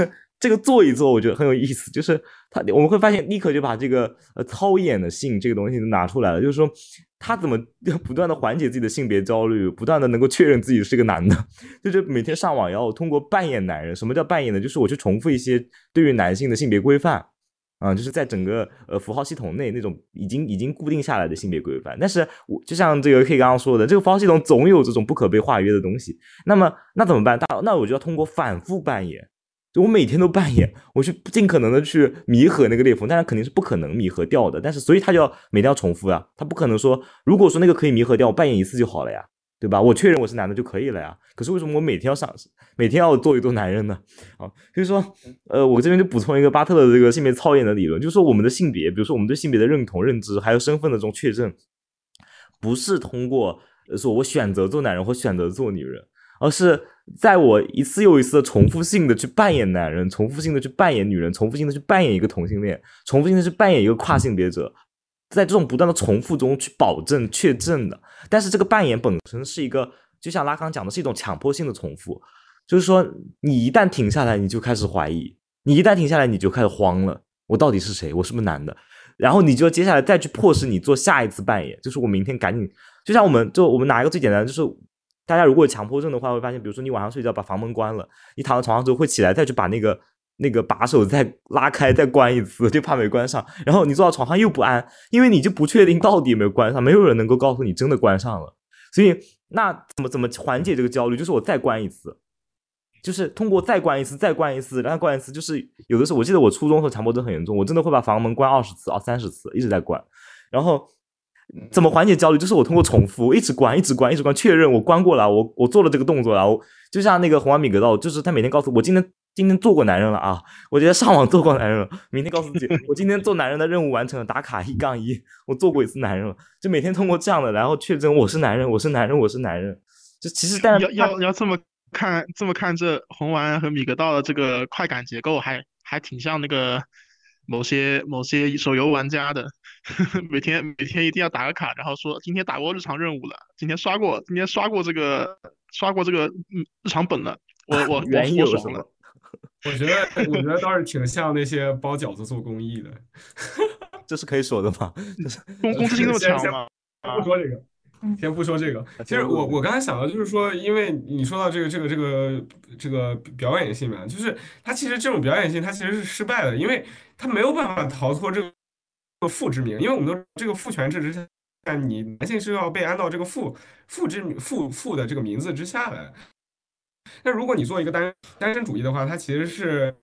这个做一做，我觉得很有意思，就是我们会发现立刻就把这个操演的性这个东西拿出来了，就是说他怎么不断的缓解自己的性别焦虑，不断的能够确认自己是个男的，就是每天上网要通过扮演男人。什么叫扮演呢？就是我去重复一些对于男性的性别规范。就是在整个符号系统内那种已经固定下来的性别规范，但是就像这个 K 刚刚说的，这个符号系统总有这种不可被化约的东西。那怎么办？那我就要通过反复扮演，就我每天都扮演，我去尽可能的去弥合那个裂缝，当然肯定是不可能弥合掉的，但是所以他就要每天要重复呀，他不可能说如果说那个可以弥合掉，我扮演一次就好了呀。对吧？我确认我是男的就可以了呀。可是为什么我每天要做一做男人呢？所以说，我这边就补充一个巴特勒的这个性别操演的理论，就是说我们的性别，比如说我们对性别的认同、认知，还有身份的这种确认，不是通过说我选择做男人或选择做女人，而是在我一次又一次的重复性的去扮演男人，重复性的去扮演女人，重复性的去扮演一个同性恋，重复性的去扮演一个跨性别者。在这种不断的重复中去保证确证的，但是这个扮演本身是一个，就像拉康讲的，是一种强迫性的重复，就是说你一旦停下来，你就开始怀疑，你一旦停下来，你就开始慌了，我到底是谁？我是不是男的？然后你就接下来再去迫使你做下一次扮演，就是我明天赶紧，就像我们拿一个最简单的，就是大家如果有强迫症的话，会发现，比如说你晚上睡觉把房门关了，你躺在床上之后会起来再去把那个把手再拉开再关一次，就怕没关上，然后你坐到床上又不安，因为你就不确定到底有没有关上，没有人能够告诉你真的关上了。所以那怎么缓解这个焦虑，就是我再关一次，就是通过再关一次再关一次再关一次，就是有的时候我记得我初中的时候强迫症很严重，我真的会把房门关20次30次一直在关。然后怎么缓解焦虑，就是我通过重复一直关确认我关过了，我做了这个动作了，就像那个红丸米格道，就是他每天告诉我今天做过男人了啊！我觉得上网做过男人了，明天告诉自己，我今天做男人的任务完成了，打卡1-1，我做过一次男人了，就每天通过这样的，然后确证我是男人，我是男人，我是男人。就其实但是要这么看，这红丸和米格道的这个快感结构还挺像那个某些手游玩家的，每天一定要打个卡，然后说今天打过日常任务了，今天刷过这个日常本了，我爽了。 我觉得倒是挺像那些包饺子做公益的， 这是可以说的吗？ 公司性这么强吗？ 不说这个，先不说这个。其实我刚才想到就是说，因为你说到这个表演性嘛，就是它其实这种表演性它其实是失败的，因为它没有办法逃脱这个父之名，因为我们都这个父权制之下，你男性是要被安到这个父的这个名字之下的。那如果你做一个单身主义的话，它其实是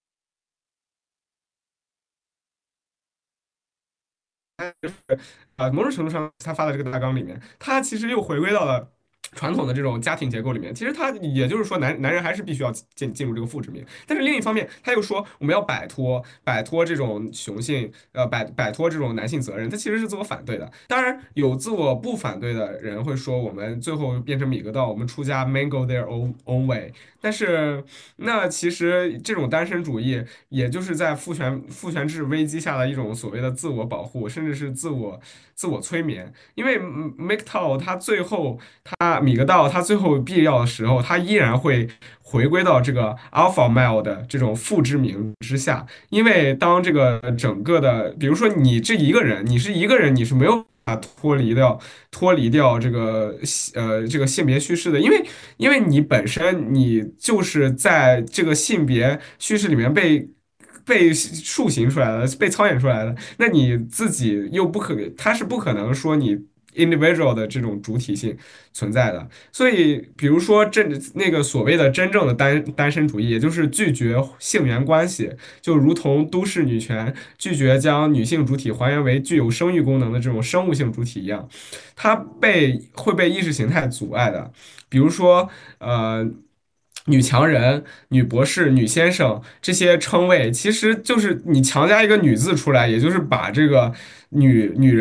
某种程度上，他发的这个大纲里面，他其实又回归到了传统的这种家庭结构里面。其实他也就是说男人还是必须要进入这个父之名，但是另一方面，他又说我们要摆脱这种雄性，摆脱这种男性责任，他其实是自我反对的。当然，有自我不反对的人会说，我们最后变成米格道，我们出家 man go their own way。但是，那其实这种单身主义，也就是在父权制危机下的一种所谓的自我保护，甚至是自我催眠。因为 MGTOW 米格道他最后必要的时候，他依然会回归到这个 alpha male 的这种父之名之下。因为当这个整个的，比如说你这一个人，你是一个人，你是没有脱离掉这个性别叙事的，因为你本身你就是在这个性别叙事里面被塑形出来的，被操演出来的，那你自己又他是不可能说你 individual 的这种主体性存在的。所以，比如说那个所谓的真正的单身主义，也就是拒绝性缘关系，就如同都市女权拒绝将女性主体还原为具有生育功能的这种生物性主体一样，它会被意识形态阻碍的。比如说，女强人、女博士、女先生这些称谓，其实就是你强加一个"女"字出来，也就是把这个女人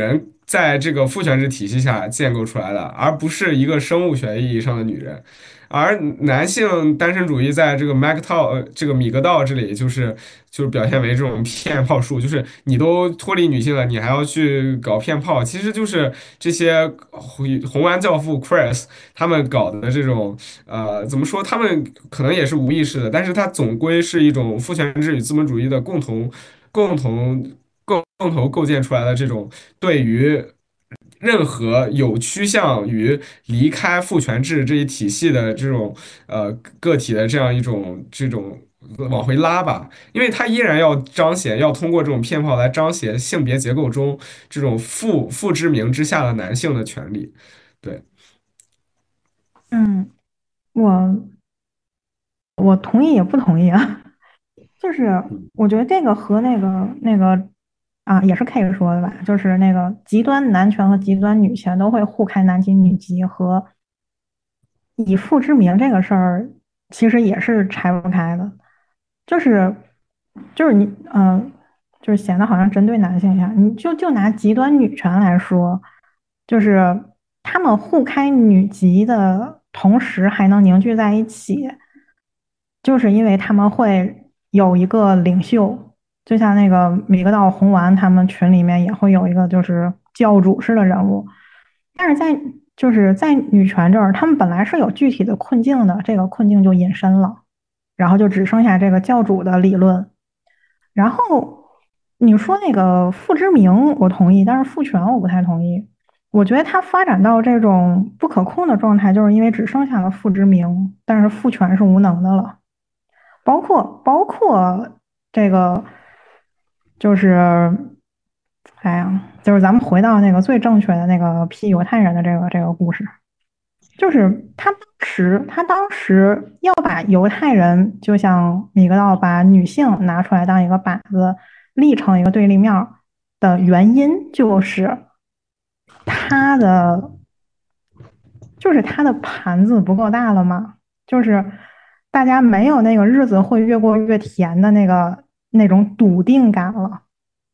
在这个父权制体系下建构出来的，而不是一个生物学意义上的女人。而男性单身主义在这个这个米格道这里，就是表现为这种骗炮术，就是你都脱离女性了，你还要去搞骗炮，其实就是这些红丸教父 Chris 他们搞的这种怎么说？他们可能也是无意识的，但是它总归是一种父权制与资本主义的共同共同构建出来的这种对于任何有趋向于离开父权制这一体系的这种个体的这样一种这种往回拉吧，因为它依然要彰显，要通过这种骗炮来彰显性别结构中这种父之名之下的男性的权利。对， 嗯，我我同意也不同意啊。就是我觉得这个和那个啊，也是 K 说的吧，就是那个极端男权和极端女权都会互开男级女级和以父之名这个事儿，其实也是拆不开的。就是就是你就是显得好像针对男性一样。你就拿极端女权来说，就是他们互开女级的同时还能凝聚在一起，就是因为他们会有一个领袖，就像那个米格道红丸他们群里面也会有一个就是教主式的人物，但是在女权这儿，他们本来是有具体的困境的，这个困境就隐身了，然后就只剩下这个教主的理论。然后你说那个父之名，我同意，但是父权我不太同意。我觉得它发展到这种不可控的状态，就是因为只剩下了父之名，但是父权是无能的了。包括这个，就是哎呀，就是咱们回到那个最正确的那个批犹太人的这个故事，就是他当时要把犹太人，就像米格道把女性拿出来当一个靶子，立成一个对立面儿的原因，他的他的盘子不够大了嘛，就是大家没有那个日子会越过越甜的那种笃定感了。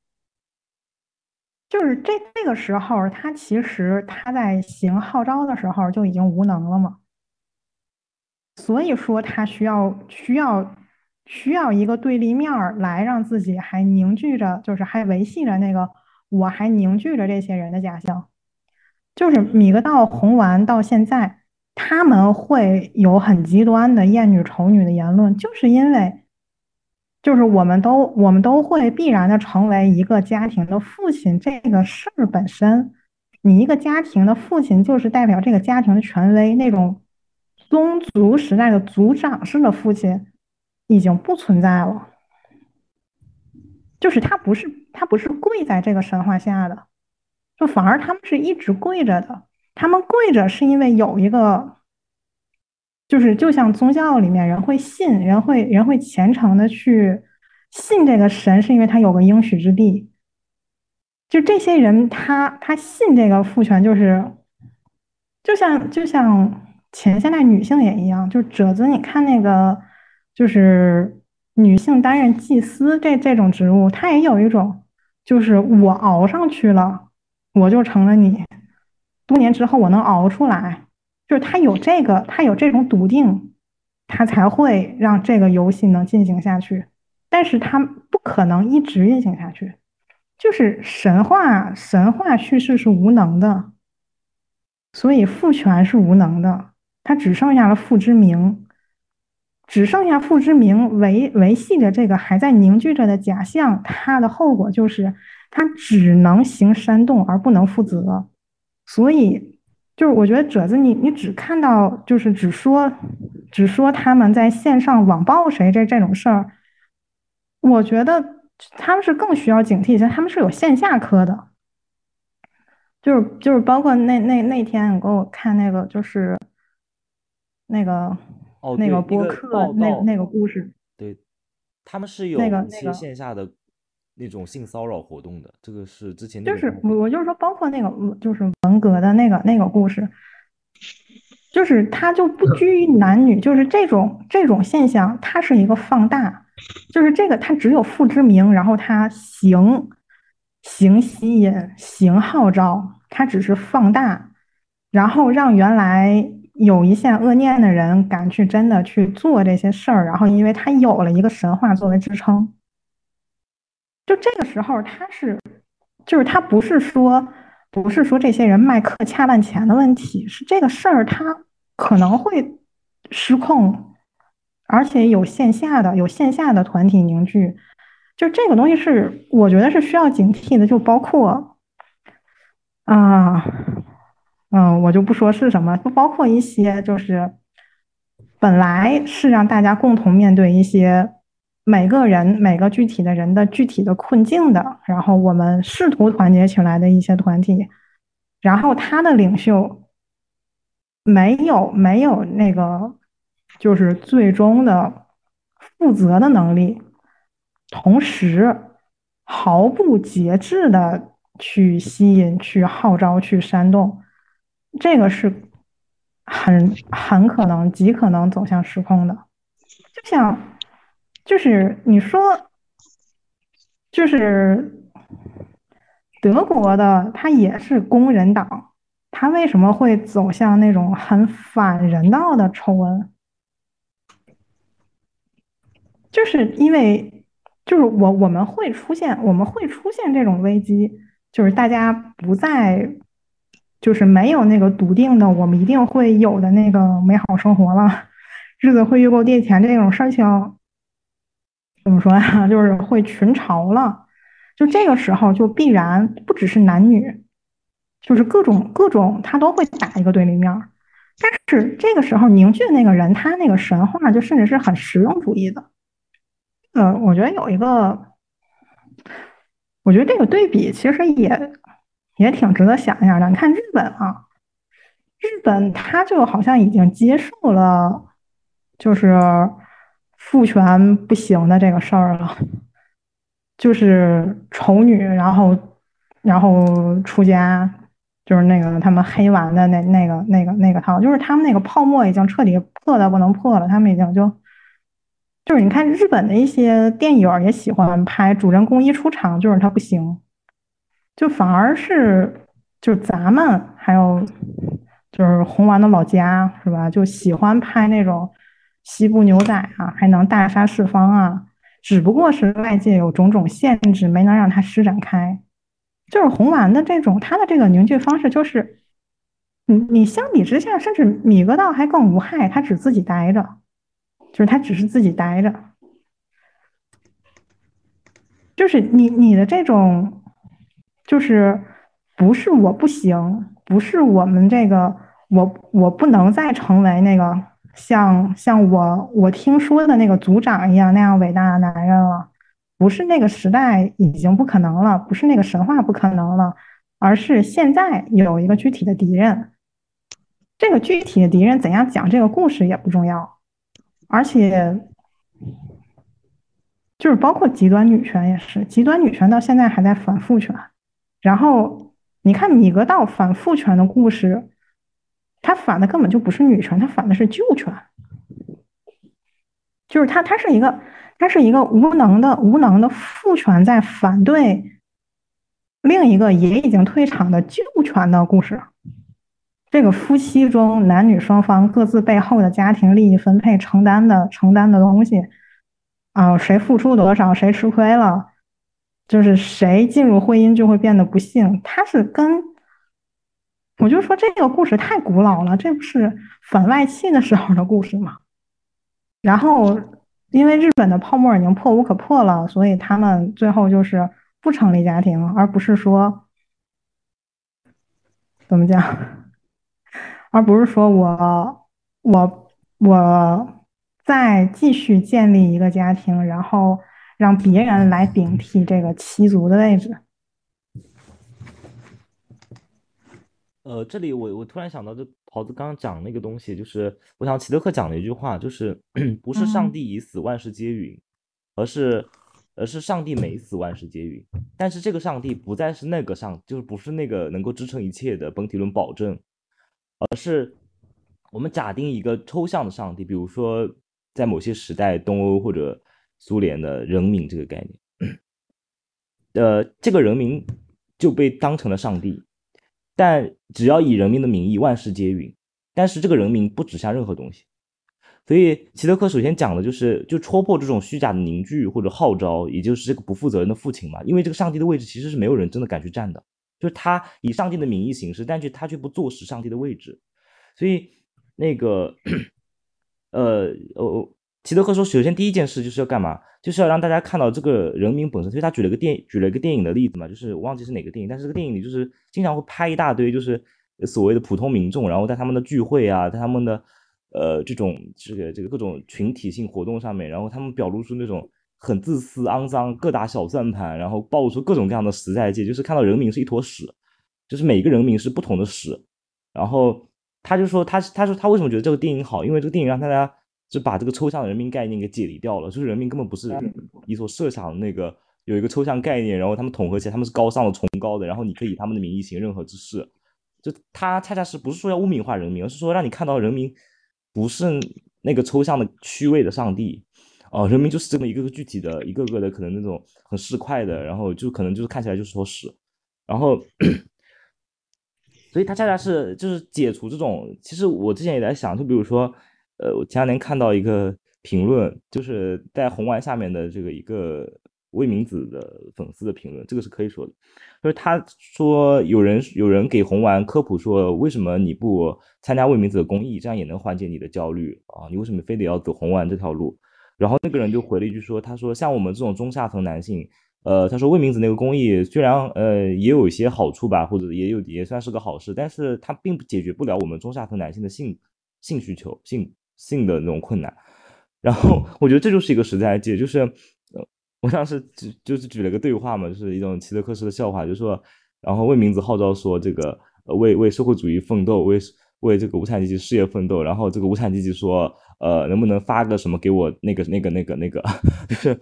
就是这个时候，他其实他在行号召的时候就已经无能了嘛。所以说他需要一个对立面儿来让自己还凝聚着，就是还维系着那个我还凝聚着这些人的假象。就是米格道红丸到现在，他们会有很极端的厌女丑女的言论，就是因为就是我们都会必然的成为一个家庭的父亲，这个事儿本身，你一个家庭的父亲就是代表这个家庭的权威，那种宗族时代的族长式的父亲已经不存在了，就是他不是跪在这个神话下的，就反而他们是一直跪着的，他们跪着是因为有一个。就是就像宗教里面人会信，人会虔诚的去信这个神，是因为他有个应许之地。就这些人他信这个父权，就是就像前现代女性也一样，就褶子，你看那个就是女性担任祭司这种职务，她也有一种就是我熬上去了，我就成了你，多年之后我能熬出来。就是他有这种笃定，他才会让这个游戏能进行下去。但是他不可能一直运行下去，就是神话叙事是无能的，所以父权是无能的，它只剩下了父之名，只剩下父之名维系着这个还在凝聚着的假象，它的后果就是它只能行煽动而不能负责。所以就是我觉得褶子你只看到就是只说他们在线上网暴谁这种事儿，我觉得他们是更需要警惕一些，他们是有线下课的，就是包括那天你给我看那个就是那个哦， 那个对，那个播客报道， 那个故事， 对，他们是那有一些个那个线下的那种性骚扰活动的，这个是之前那就是个人我就是说，包括那个就是文革的那个故事，就是它就不拘于男女，就是这种现象，它是一个放大，就是这个它只有父之名，然后它行吸引、行号召，它只是放大，然后让原来有一线恶念的人敢去真的去做这些事儿，然后因为他有了一个神话作为支撑，就这个时候就是他不是说这些人卖课恰烂钱的问题，是这个事儿他可能会失控，而且有线下的团体凝聚，就这个东西是我觉得是需要警惕的，就包括啊，我就不说是什么，就包括一些就是本来是让大家共同面对一些每个人每个具体的人的具体的困境的，然后我们试图团结起来的一些团体，然后他的领袖没有那个就是最终的负责的能力，同时毫不节制的去吸引、去号召、去煽动，这个是很可能、极可能走向失控的。就像，就是你说，就是德国的，它也是工人党，它为什么会走向那种很反人道的丑闻？就是因为，就是我们会出现这种危机，就是大家不再，就是没有那个笃定的我们一定会有的那个美好生活了，日子会越过电钱这种事情，怎么说呀？就是会群嘲了，就这个时候就必然不只是男女，就是各种他都会打一个对立面儿。但是这个时候凝聚的那个人，他那个神话就甚至是很实用主义的。我觉得有一个，我觉得这个对比其实也挺值得想一下的。你看日本啊，日本它就好像已经接受了就是父权不行的这个事儿了，就是丑女，然后出家，就是那个他们黑丸的那个套，就是他们那个泡沫已经彻底破的不能破了，他们已经就是你看日本的一些电影儿也喜欢拍主人公一出场就是他不行，就反而是就是咱们还有就是红丸的老家是吧，就喜欢拍那种西部牛仔啊，还能大杀四方啊，只不过是外界有种种限制，没能让它施展开。就是红丸的这种，它的这个凝聚方式就是，你相比之下，甚至米格道还更无害，他只自己待着，就是他只是自己待着。就是你的这种，就是不是我不行，不是我们这个我不能再成为那个像我听说的那个族长一样那样伟大的男人了，不是那个时代已经不可能了，不是那个神话不可能了，而是现在有一个具体的敌人，这个具体的敌人怎样讲这个故事也不重要，而且。就是包括极端女权也是，极端女权到现在还在反父权。然后你看米格道反父权的故事，他反的根本就不是女权，他反的是旧权，就是他是一个无能的父权在反对另一个也已经退场的旧权的故事。这个夫妻中男女双方各自背后的家庭利益分配承担的东西。谁付出多少，谁吃亏了，就是谁进入婚姻就会变得不幸。我就说这个故事太古老了，这不是反外戚的时候的故事吗？然后因为日本的泡沫已经破无可破了，所以他们最后就是不成立家庭，而不是说怎么讲，而不是说我再继续建立一个家庭，然后让别人来顶替这个妻族的位置。 这里我突然想到，就桃子刚刚讲那个东西，就是我想齐德克讲的一句话，就是不是上帝已死万事皆允，而是上帝没死万事皆允。但是这个上帝不再是那个就是不是那个能够支撑一切的本体论保证，而是我们假定一个抽象的上帝，比如说在某些时代东欧或者苏联的人民这个概念。 这个人民就被当成了上帝，但只要以人民的名义，万事皆允。但是这个人民不指向任何东西。所以齐德克首先讲的就戳破这种虚假的凝聚或者号召，也就是这个不负责任的父亲嘛。因为这个上帝的位置其实是没有人真的敢去站的，就是他以上帝的名义行事，但他却不坐实上帝的位置。所以那个齐德克说，首先第一件事就是要干嘛？就是要让大家看到这个人民本身。所以他举了一个电影的例子嘛，就是我忘记是哪个电影，但是这个电影里就是经常会拍一大堆就是所谓的普通民众，然后在他们的聚会啊，在他们的这个各种群体性活动上面，然后他们表露出那种很自私、肮脏、各打小算盘，然后暴露出各种各样的实在界，就是看到人民是一坨屎，就是每个人民是不同的屎。然后他就说他为什么觉得这个电影好？因为这个电影让大家就把这个抽象的人民概念给解离掉了，就是人民根本不是你所设想的那个有一个抽象概念，然后他们统合起来，他们是高尚的、崇高的，然后你可以以他们的名义行任何之事。就他恰恰是不是说要污名化人民，而是说让你看到人民不是那个抽象的虚伪的上帝。人民就是这么一个个具体的、一个个的可能那种很市侩的，然后就可能就是看起来就是坨屎，然后所以他恰恰是就是解除这种。其实我之前也在想，就比如说，我前两天看到一个评论，就是在红丸下面的这个一个魏明子的粉丝的评论，这个是可以说的，就是他说有人给红丸科普说，为什么你不参加魏明子的公益，这样也能缓解你的焦虑啊？你为什么非得要走红丸这条路？然后那个人就回了一句说，他说像我们这种中下层男性。他说魏明子那个公益虽然也有一些好处吧，或者也算是个好事，但是它并不解决不了我们中下层男性的性需求、性的那种困难。然后我觉得这就是一个时代界，就是我当时就是举了个对话嘛，就是一种齐德克式的笑话，就是说，然后魏明子号召说这个为社会主义奋斗，为这个无产阶级事业奋斗，然后这个无产阶级说能不能发个什么给我那个，就是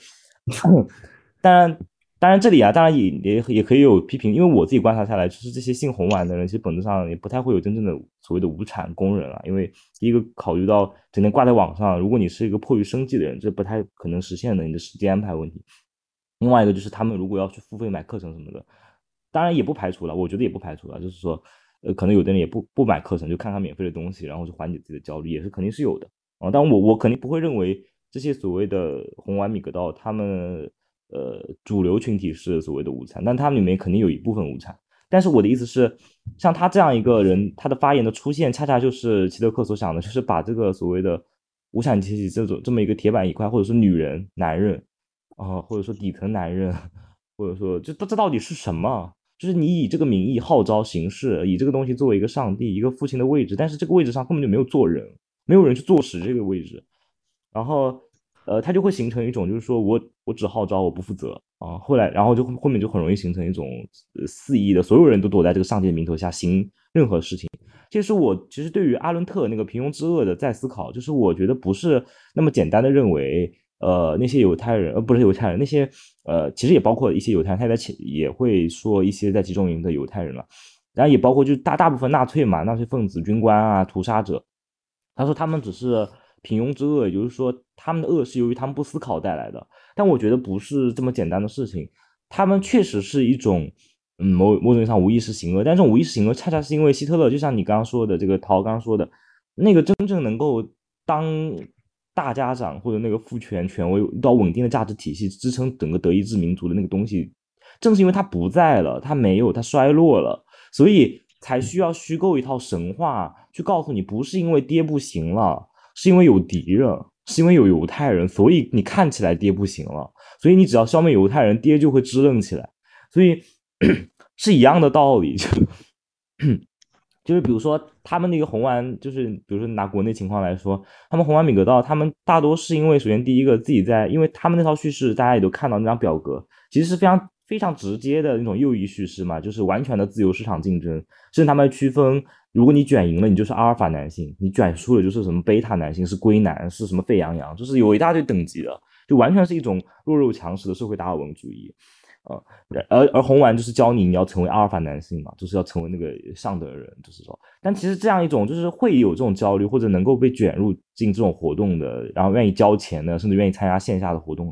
当然这里啊，当然也可以有批评，因为我自己观察下来，就是这些姓红丸的人，其实本质上也不太会有真正的所谓的无产工人啊。因为第一个考虑到整天挂在网上，如果你是一个迫于生计的人，这不太可能实现的你的时间安排问题。另外一个就是他们如果要去付费买课程什么的，当然也不排除了，我觉得也不排除了，就是说可能有的人也不买课程，就看看免费的东西，然后就缓解自己的焦虑，也是肯定是有的啊。但我肯定不会认为这些所谓的红丸米格道他们主流群体是所谓的无产，但他们里面肯定有一部分无产。但是我的意思是，像他这样一个人，他的发言的出现，恰恰就是齐德克所想的，就是把这个所谓的无产阶级这么一个铁板一块，或者说女人、男人或者说底层男人，或者说这到底是什么？就是你以这个名义号召行事，以这个东西作为一个上帝、一个父亲的位置，但是这个位置上根本就没有做人，没有人去坐实这个位置，然后它就会形成一种就是说我只号召，我不负责啊。然后后面就很容易形成一种肆意的，所有人都躲在这个上帝的名头下行任何事情。这是我其实对于阿伦特那个平庸之恶的再思考，就是我觉得不是那么简单的认为那些犹太人不是犹太人，那些其实也包括一些犹太人，他也会说一些在集中营的犹太人了，然后也包括就大部分纳粹嘛，纳粹分子、军官啊、屠杀者，他说他们只是平庸之恶，也就是说他们的恶是由于他们不思考带来的。但我觉得不是这么简单的事情，他们确实是一种某种意义上无意识行恶，但这种无意识行恶恰恰是因为希特勒，就像你刚刚说的，这个陶刚刚说的，那个真正能够当大家长或者那个父权权威到稳定的价值体系支撑整个德意志民族的那个东西，正是因为他不在了，他没有，他衰落了，所以才需要虚构一套神话去告诉你，不是因为爹不行了，是因为有敌人，是因为有犹太人，所以你看起来爹不行了，所以你只要消灭犹太人，爹就会支棱起来，所以是一样的道理。就是比如说他们那个红丸，就是比如说拿国内情况来说，他们红丸米格道，他们大多是因为首先第一个自己在，因为他们那套叙事大家也都看到那张表格，其实是非常直接的那种右翼叙事嘛，就是完全的自由市场竞争，甚至他们区分，如果你卷赢了，你就是阿尔法男性，你卷输了就是什么贝塔男性，是龟男，是什么沸羊羊，就是有一大堆等级的，就完全是一种弱肉强食的社会达尔文主义。而红丸就是教你要成为阿尔法男性嘛，就是要成为那个上等人，就是说，但其实这样一种就是会有这种焦虑，或者能够被卷入进这种活动的，然后愿意交钱的，甚至愿意参加线下的活动的，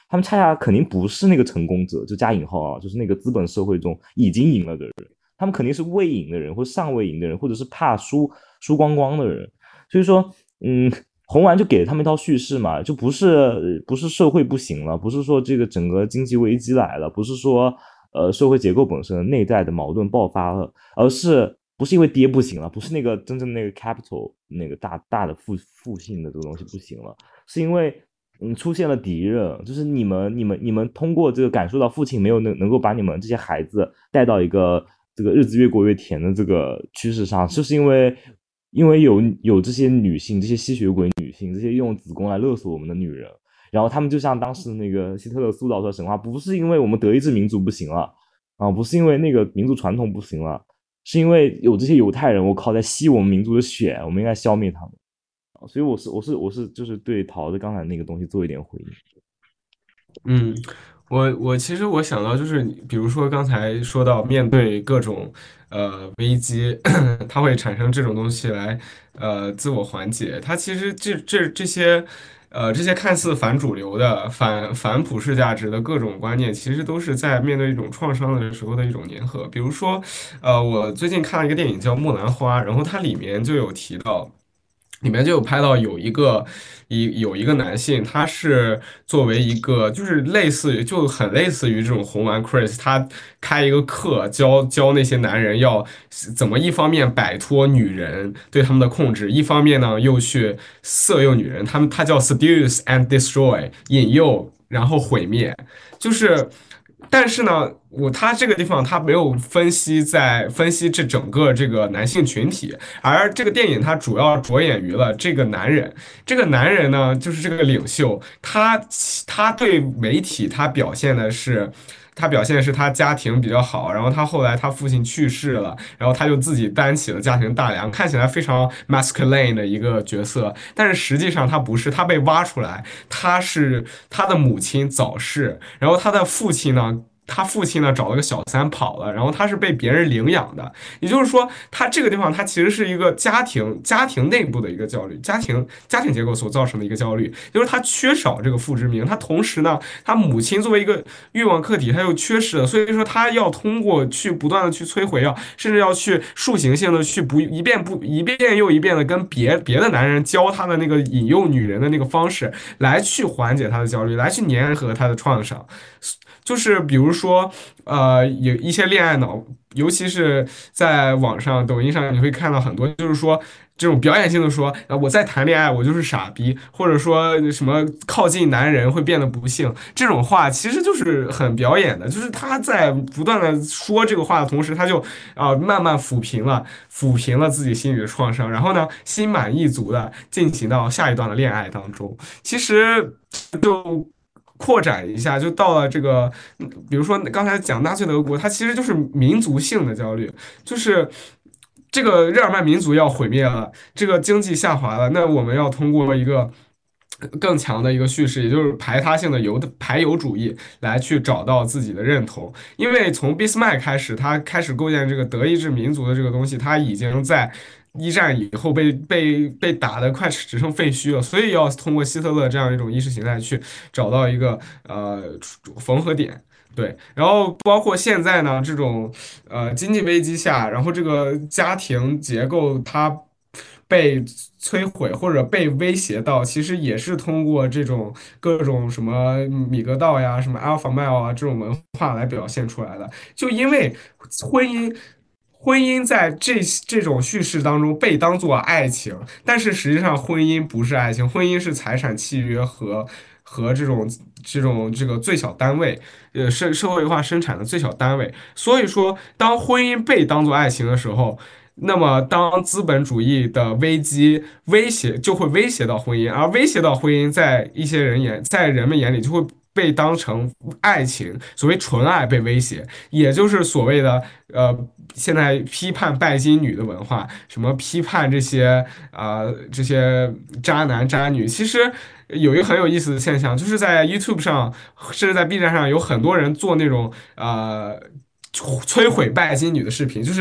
他们恰恰肯定不是那个成功者，就加引号啊，就是那个资本社会中已经赢了的人，他们肯定是未赢的人，或尚未赢的人，或者是怕输光光的人。所以说，红丸就给了他们一套叙事嘛，就不是社会不行了，不是说这个整个经济危机来了，不是说社会结构本身内在的矛盾爆发了，而是不是因为跌不行了，不是那个真正那个 capital 那个大的负性的这个东西不行了，是因为出现了敌人，就是你们通过这个感受到父亲没有能够把你们这些孩子带到一个这个日子越过越甜的这个趋势上，就是因为有这些女性，这些吸血鬼女性，这些用子宫来勒索我们的女人，然后他们就像当时那个希特勒塑造出来神话，不是因为我们德意志民族不行了啊，不是因为那个民族传统不行了，是因为有这些犹太人，我靠，在吸我们民族的血，我们应该消灭他们。所以我是就是对桃子刚才那个东西做一点回应。 嗯，我其实我想到就是，比如说刚才说到面对各种危机，它会产生这种东西来自我缓解。它其实这些看似反主流的、反普世价值的各种观念，其实都是在面对一种创伤的时候的一种粘合。比如说，我最近看了一个电影叫《木兰花》，然后它里面就有提到。里面就有拍到有一个男性，他是作为一个就是很类似于这种红丸 Chris，他开一个课教那些男人要怎么一方面摆脱女人对他们的控制，一方面呢又去色诱女人，他叫 seduce and destroy，引诱然后毁灭，就是。但是呢，他这个地方他没有分析这整个这个男性群体，而这个电影它主要着眼于了这个男人。这个男人呢，就是这个领袖，他对媒体他表现的是他家庭比较好，然后他后来他父亲去世了，然后他就自己担起了家庭大梁，看起来非常 masculine 的一个角色，但是实际上他不是，他被挖出来，他的母亲早逝，然后他的父亲呢。他父亲呢找了个小三跑了，然后他是被别人领养的，也就是说，他这个地方他其实是一个家庭内部的一个焦虑，家庭结构所造成的一个焦虑，就是他缺少这个父之名，他同时呢，他母亲作为一个欲望客体，他又缺失了，所以说他要通过去不断的去摧毁，甚至要去树形性的去一遍又一遍的跟别的男人教他的那个引诱女人的那个方式，来去缓解他的焦虑，来去粘合他的创伤。就是比如说，有一些恋爱脑，尤其是在网上、抖音上，你会看到很多，就是说这种表演性的说，我在谈恋爱，我就是傻逼，或者说什么靠近男人会变得不幸，这种话其实就是很表演的，就是他在不断的说这个话的同时，他就慢慢抚平了自己心里的创伤，然后呢，心满意足的进行到下一段的恋爱当中。其实就扩展一下，就到了这个，比如说刚才讲纳粹德国，它其实就是民族性的焦虑，就是这个日耳曼民族要毁灭了，这个经济下滑了，那我们要通过一个。更强的一个叙事，也就是排他性的排犹主义，来去找到自己的认同。因为从俾斯麦开始，他开始构建这个德意志民族的这个东西，他已经在一战以后被打得快只剩废墟了，所以要通过希特勒这样一种意识形态去找到一个缝合点。对，然后包括现在呢，这种经济危机下，然后这个家庭结构它被摧毁或者被威胁到，其实也是通过这种各种什么米格道呀、什么 Alpha Male 啊这种文化来表现出来的。就因为婚姻。婚姻在这种叙事当中被当作爱情，但是实际上婚姻不是爱情，婚姻是财产契约和这个最小单位，社会化生产的最小单位。所以说，当婚姻被当作爱情的时候，那么当资本主义的危机威胁到婚姻，而威胁到婚姻，在人们眼里就会被当成爱情，所谓纯爱被威胁，也就是所谓的现在批判拜金女的文化，什么批判这些渣男渣女，其实。有一个很有意思的现象，就是在 YouTube 上，甚至在 B 站上，有很多人做那种摧毁拜金女的视频，就是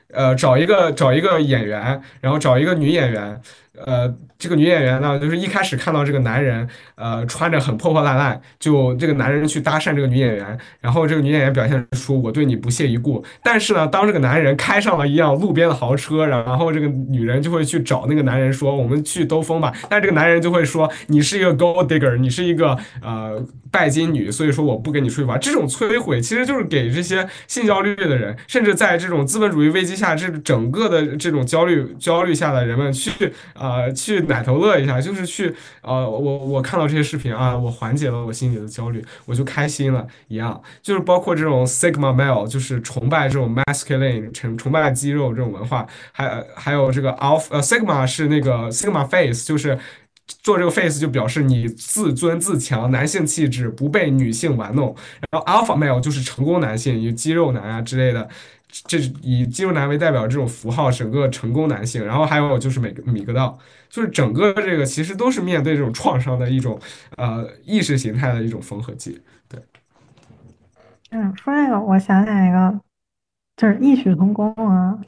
找一个演员，然后找一个女演员，这个女演员呢，就是一开始看到这个男人，穿着很破破烂烂，就这个男人去搭讪这个女演员，然后这个女演员表现出我对你不屑一顾，但是呢，当这个男人开上了一辆路边的豪车，然后这个女人就会去找那个男人说，我们去兜风吧，但这个男人就会说，你是一个 gold digger，你是一个拜金女，所以说我不跟你出去玩。这种摧毁其实就是给这些性焦虑的人，甚至在这种资本主义危机下，这整个的这种焦虑下的人们去奶头乐一下，就是去我看到这些视频啊，我缓解了我心里的焦虑，我就开心了一样。就是包括这种 Sigma male，就是崇拜这种 masculine，崇拜肌肉这种文化，还有这个 Sigma 是那个 Sigma face，就是做这个 face 就表示你自尊自强，男性气质，不被女性玩弄。然后 Alpha male 就是成功男性，有肌肉男啊之类的。这是以肌肉男为代表这种符号，整个成功男性，然后还有就是米格道，就是整个这个其实都是面对这种创伤的一种意识形态的一种缝合剂。对。 说这个，我想起来一个，就是异曲同工啊，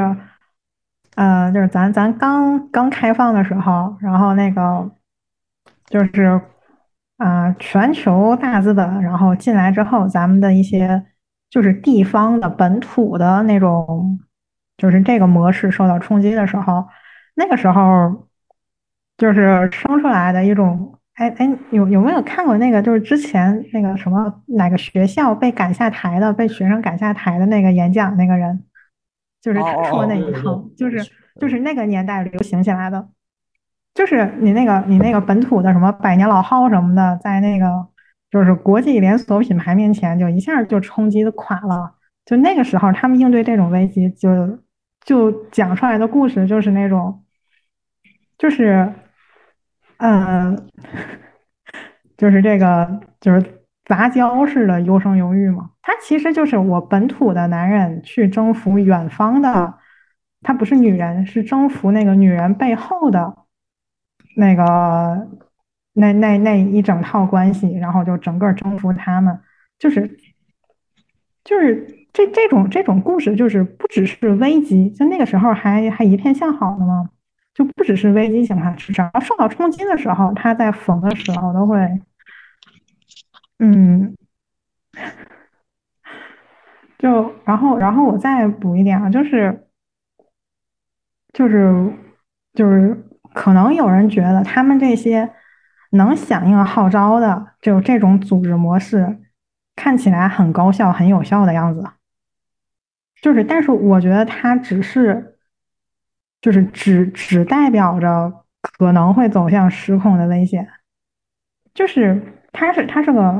就是咱刚刚开放的时候，然后那个就是全球大资本，然后进来之后，咱们的一些就是地方的本土的那种，就是这个模式受到冲击的时候，那个时候就是生出来的一种，有没有看过那个？就是之前那个什么哪个学校被赶下台的，被学生赶下台的那个演讲那个人，就是他说那一对对对。 套，就是那个年代流行起来的。就是你那个本土的什么百年老号什么的，在那个就是国际连锁品牌面前，就一下就冲击的垮了。就那个时候，他们应对这种危机就讲出来的故事就是那种，就是嗯，就是这个就是杂交式的优生优育嘛。它其实就是我本土的男人去征服远方的，他不是女人，是征服那个女人背后的。那个那一整套关系，然后就整个征服他们，就是这种故事，就是不只是危机，就那个时候还一片向好的嘛，就不只是危机情况，只要受到冲击的时候，他在缝的时候都会，嗯，然后我再补一点啊，就是就是可能有人觉得他们这些能响应号召的，就这种组织模式，看起来很高效、很有效的样子。但是我觉得它只代表着可能会走向失控的危险，它是个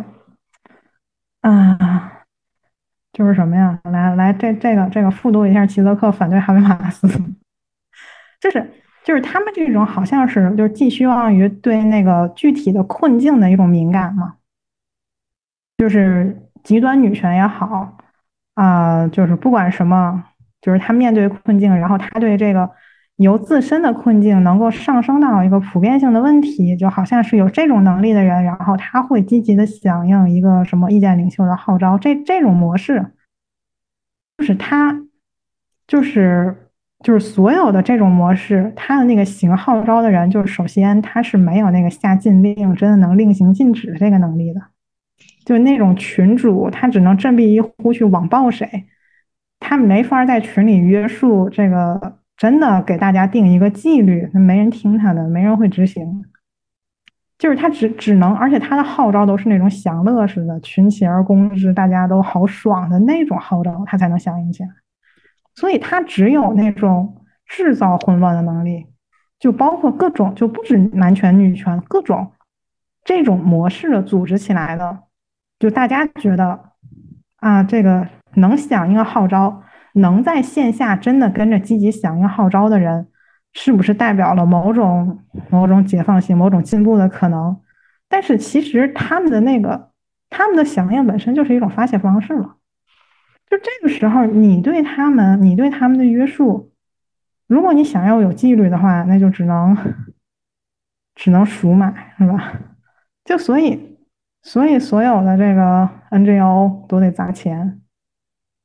啊，就是什么呀？来，这个复读一下齐泽克反对哈贝马斯。就是他们这种好像是就是寄希望于对那个具体的困境的一种敏感嘛，就是极端女权也好就是不管什么，就是他面对困境，然后他对这个由自身的困境能够上升到一个普遍性的问题，就好像是有这种能力的人，然后他会积极的响应一个什么意见领袖的号召，这种模式。就是他，就是所有的这种模式，他的那个行号召的人，就是首先他是没有那个下禁令，真的能令行禁止的这个能力的。就那种群主，他只能振臂一呼去网暴谁，他没法在群里约束这个，真的给大家定一个纪律，那没人听他的，没人会执行。就是他只能，而且他的号召都是那种享乐式的，群起而攻之，大家都好爽的那种号召，他才能响应起来。所以他只有那种制造混乱的能力，就包括各种，就不止男权女权，各种这种模式的组织起来的，就大家觉得这个能响应号召，能在线下真的跟着积极响应号召的人，是不是代表了某种解放性、某种进步的可能？但是其实他们的响应本身就是一种发泄方式了。就这个时候，你对他们的约束，如果你想要有纪律的话，那就只能赎买，是吧？就所以所有的这个 NGO 都得砸钱，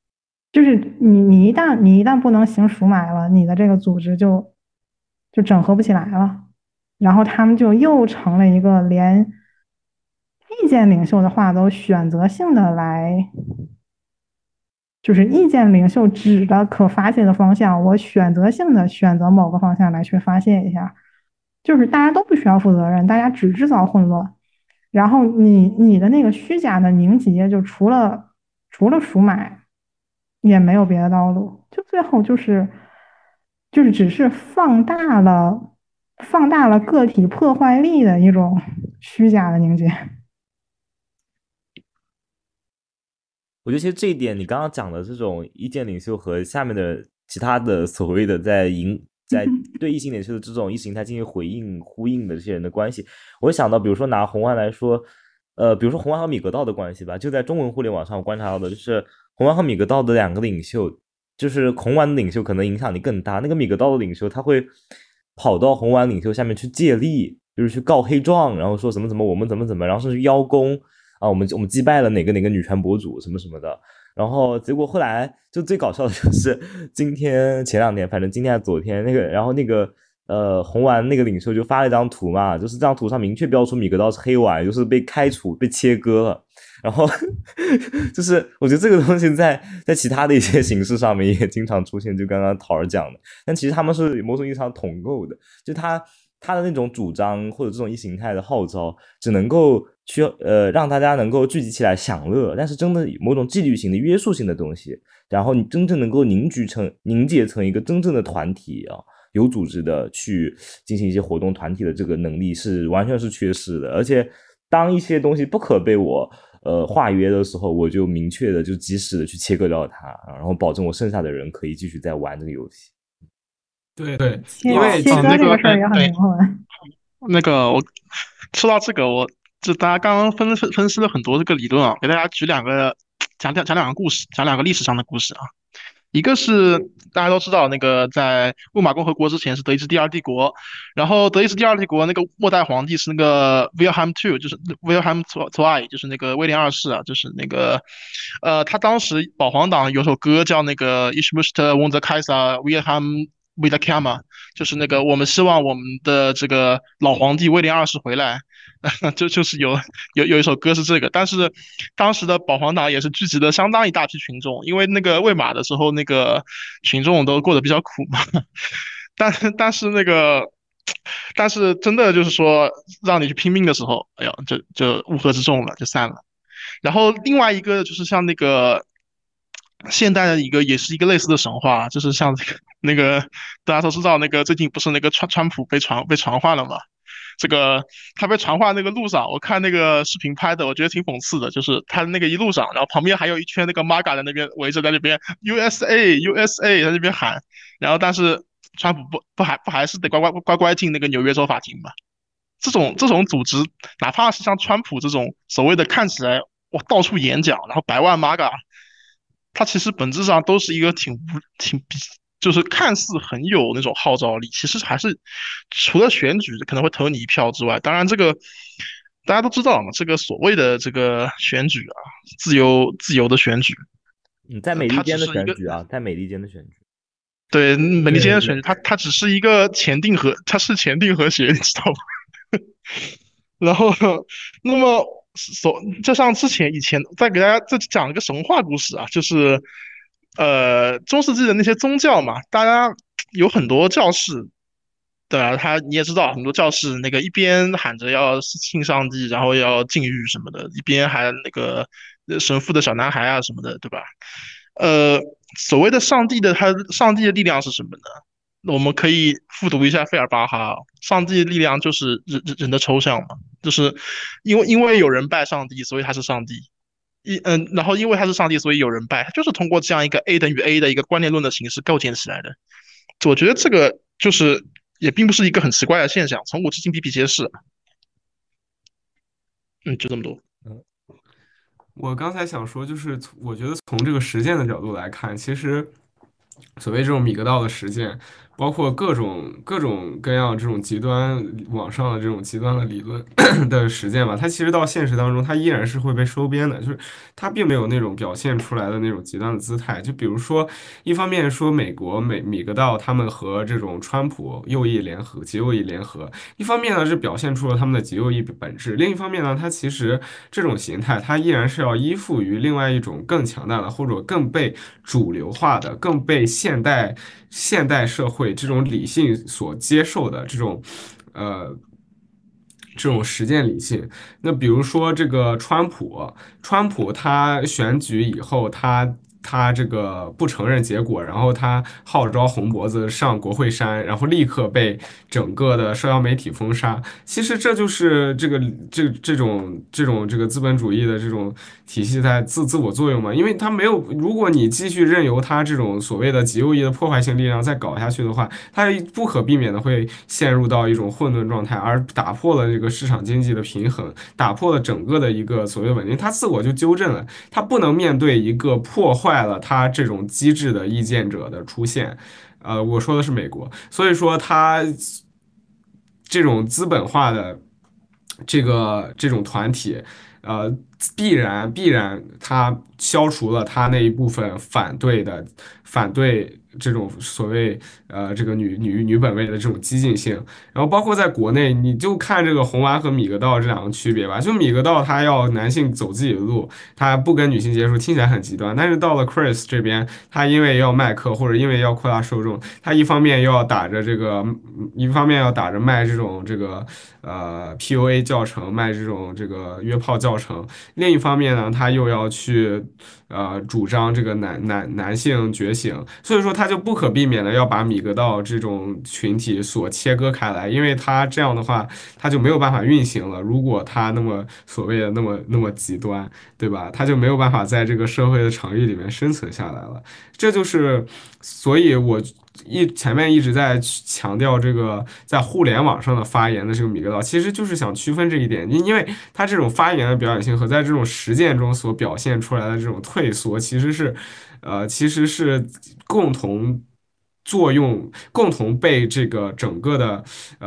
就是你一旦不能行赎买了，你的这个组织就整合不起来了，然后他们就又成了一个连意见领袖的话都选择性的来，就是意见领袖指的可发泄的方向，我选择性的选择某个方向来去发泄一下，就是大家都不需要负责任，大家只制造混乱。然后你的那个虚假的凝结，就除了赎买，也没有别的道路，就最后就是只是放大了个体破坏力的一种虚假的凝结。 我觉得其实这一点，你刚刚讲的这种意见领袖和下面的其他的所谓的在对异性领袖的这种意识形态进行回应呼应的这些人的关系，我会想到，比如说拿红丸来说，比如说红丸和米格道的关系吧，就在中文互联网上我观察到的，就是红丸和米格道的两个领袖，就是红丸的领袖可能影响力更大，那个米格道的领袖他会跑到红丸领袖下面去借力，就是去告黑状，然后说什么怎么我们怎么怎么，然后甚至邀功。啊，我们击败了哪个女权博主什么什么的，然后结果后来就最搞笑的就是前两天，反正今天还是昨天那个，然后那个红丸那个领袖就发了一张图嘛，就是这张图上明确标出米格道是黑丸，就是被开除被切割了。然后就是我觉得这个东西在其他的一些形式上面也经常出现，就刚刚桃儿讲的，但其实他们是某种意义上统购的，就他的那种主张或者这种意识形态的号召，只能够去让大家能够聚集起来享乐，但是真的某种纪律型的约束性的东西，然后你真正能够凝结成一个真正的团体啊，有组织的去进行一些活动团体的这个能力是完全是缺失的，而且当一些东西不可被我化约的时候，我就明确的就及时的去切割掉它，然后保证我剩下的人可以继续在玩这个游戏。 对对， 切因为切割这那个， 个事儿也很对， 灵魂。 那个我说到这个，就大家刚刚分析了很多这个理论啊，给大家举两个讲两个故事，讲两个历史上的故事啊。一个是大家都知道，那个在魏玛共和国之前是德意志第二帝国，然后德意志第二帝国那个末代皇帝是那个 Wilhelm II，就是 Wilhelm II，就是那个威廉二世啊，就是那个他当时保皇党有首歌叫那个 Ich möchte unser Kaiser Wilhelm wiederkommen，就是那个我们希望我们的这个老皇帝威廉二世回来。就是有一首歌是这个，但是当时的保皇党也是聚集了相当一大批群众，因为那个喂马的时候，那个群众都过得比较苦嘛。但是但是真的就是说让你去拼命的时候，哎呀，就乌合之众了，就散了。然后另外一个就是像那个现代的也是一个类似的神话，就是像这个那个大家都知道，那个最近不是那个川普被传唤了嘛？这个他被传唤那个路上，我看那个视频拍的，我觉得挺讽刺的，就是他那个一路上，然后旁边还有一圈那个 MAGA 在那边围着，在那边 USA USA 在那边喊，然后但是川普不还是得乖乖进那个纽约州法庭嘛？这种组织，哪怕是像川普这种所谓的看起来哇到处演讲，然后百万 MAGA，它其实本质上都是一个就是看似很有那种号召力，其实还是除了选举可能会投你一票之外，当然这个大家都知道嘛，这个所谓的这个选举啊，自由的选举， 在美利它只坚的是一个选举啊，在美利坚的选举。 对美利坚的选举， 对对它只是一个它是前定和谐，你知道吗？然后，那么就像以前再给大家再讲一个神话故事啊，就是中世纪的那些宗教嘛，大家有很多教士，对啊，你也知道，很多教士那个一边喊着要信上帝，然后要禁欲什么的，一边还那个神父的小男孩啊什么的，对吧？呃，所谓的上帝的力量是什么呢？那我们可以复读一下费尔巴哈，上帝的力量就是人的抽象嘛，就是因为有人拜上帝，所以他是上帝。然后因为他是上帝，所以有人拜，他就是通过这样一个 A 等于 A 的一个观念论的形式构建起来的。我觉得这个就是也并不是一个很奇怪的现象，从古至今比比皆是。就这么多。 我刚才想说，就是我觉得从这个实践的角度来看，其实所谓这种米格道的实践， 包括各种各样这种极端网上的这种极端的理论的实践吧，它其实到现实当中，它依然是会被收编的，就是它并没有那种表现出来的那种极端的姿态。就比如说，一方面说美国米格道他们和这种川普右翼联合、极右翼联合，一方面呢是表现出了他们的极右翼本质，另一方面呢，它其实这种形态它依然是要依附于另外一种更强大的或者更被主流化的、更被现代社会这种理性所接受的呃。这种实践理性，那比如说这个川普他选举以后，他这个不承认结果，然后他号召红脖子上国会山，然后立刻被整个的社交媒体封杀。其实这就是这种这个资本主义的这种体系在自我作用嘛，因为他没有，如果你继续任由他这种所谓的极右翼的破坏性力量再搞下去的话，它不可避免的会陷入到一种混沌状态，而打破了这个市场经济的平衡，打破了整个的一个所谓的稳定，它自我就纠正了，它不能面对一个破坏了它这种机制的意见者的出现。我说的是美国，所以说它这种资本化的这种团体，呃，必然它消除了它那一部分反对这种所谓这个女本位的这种激进性，然后包括在国内，你就看这个红丸和米格道这两个区别吧。就米格道他要男性走自己的路，他不跟女性接触，听起来很极端。但是到了 Chris 这边，他因为要卖课或者因为要扩大受众，他一方面要打着这个，一方面要打着卖这种这个PUA 教程，卖这种这个约炮教程，另一方面呢，他又要去主张这个男性觉醒，所以说他就不可避免的要把米格道这种群体所切割开来，因为他这样的话，他就没有办法运行了。如果他那么所谓的那么极端，对吧？他就没有办法在这个社会的场域里面生存下来了。这就是，所以我前面一直在强调这个在互联网上的发言的这个米格道，其实就是想区分这一点，因为他这种发言的表演性和在这种实践中所表现出来的这种退缩，其实是共同作用，共同被这个整个的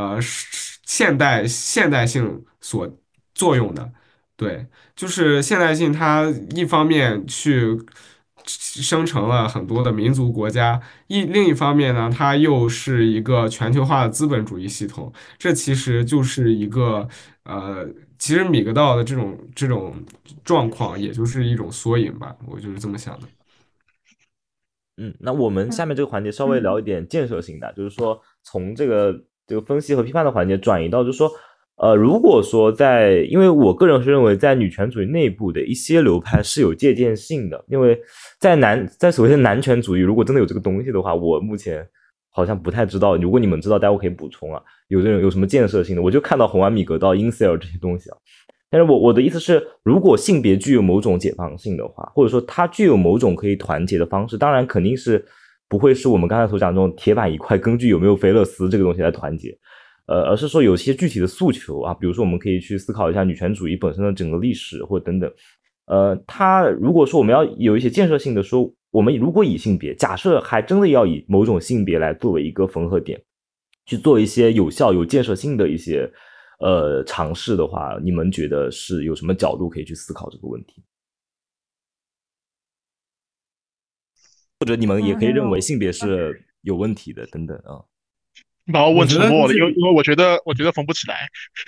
现代性所作用的。对，就是现代性，它一方面去生成了很多的民族国家，另一方面呢，它又是一个全球化的资本主义系统。这其实就是一个呃，其实米格道的这种状况，也就是一种缩影吧，我就是这么想的。 那我们下面这个环节稍微聊一点建设性的，就是说从这个分析和批判的环节转移到，就是说，如果说因为我个人是认为，在女权主义内部的一些流派是有借鉴性的，因为在所谓的男权主义，如果真的有这个东西的话，我目前好像不太知道，如果你们知道，待会可以补充啊，有什么建设性的，我就看到红丸米格道、incel 这些东西啊。但是我的意思是，如果性别具有某种解放性的话，或者说它具有某种可以团结的方式，当然肯定是不会是我们刚才所讲这种铁板一块，根据有没有菲勒斯这个东西来团结，而是说有些具体的诉求啊，比如说我们可以去思考一下女权主义本身的整个历史或等等。它如果说我们要有一些建设性的说，我们如果以性别，假设还真的要以某种性别来作为一个缝合点，去做一些有效有建设性的一些尝试的话，你们觉得是有什么角度可以去思考这个问题？或者你们也可以认为性别是有问题的，等等啊。 你把我问沉默了， 我觉得因为我觉得缝不起来。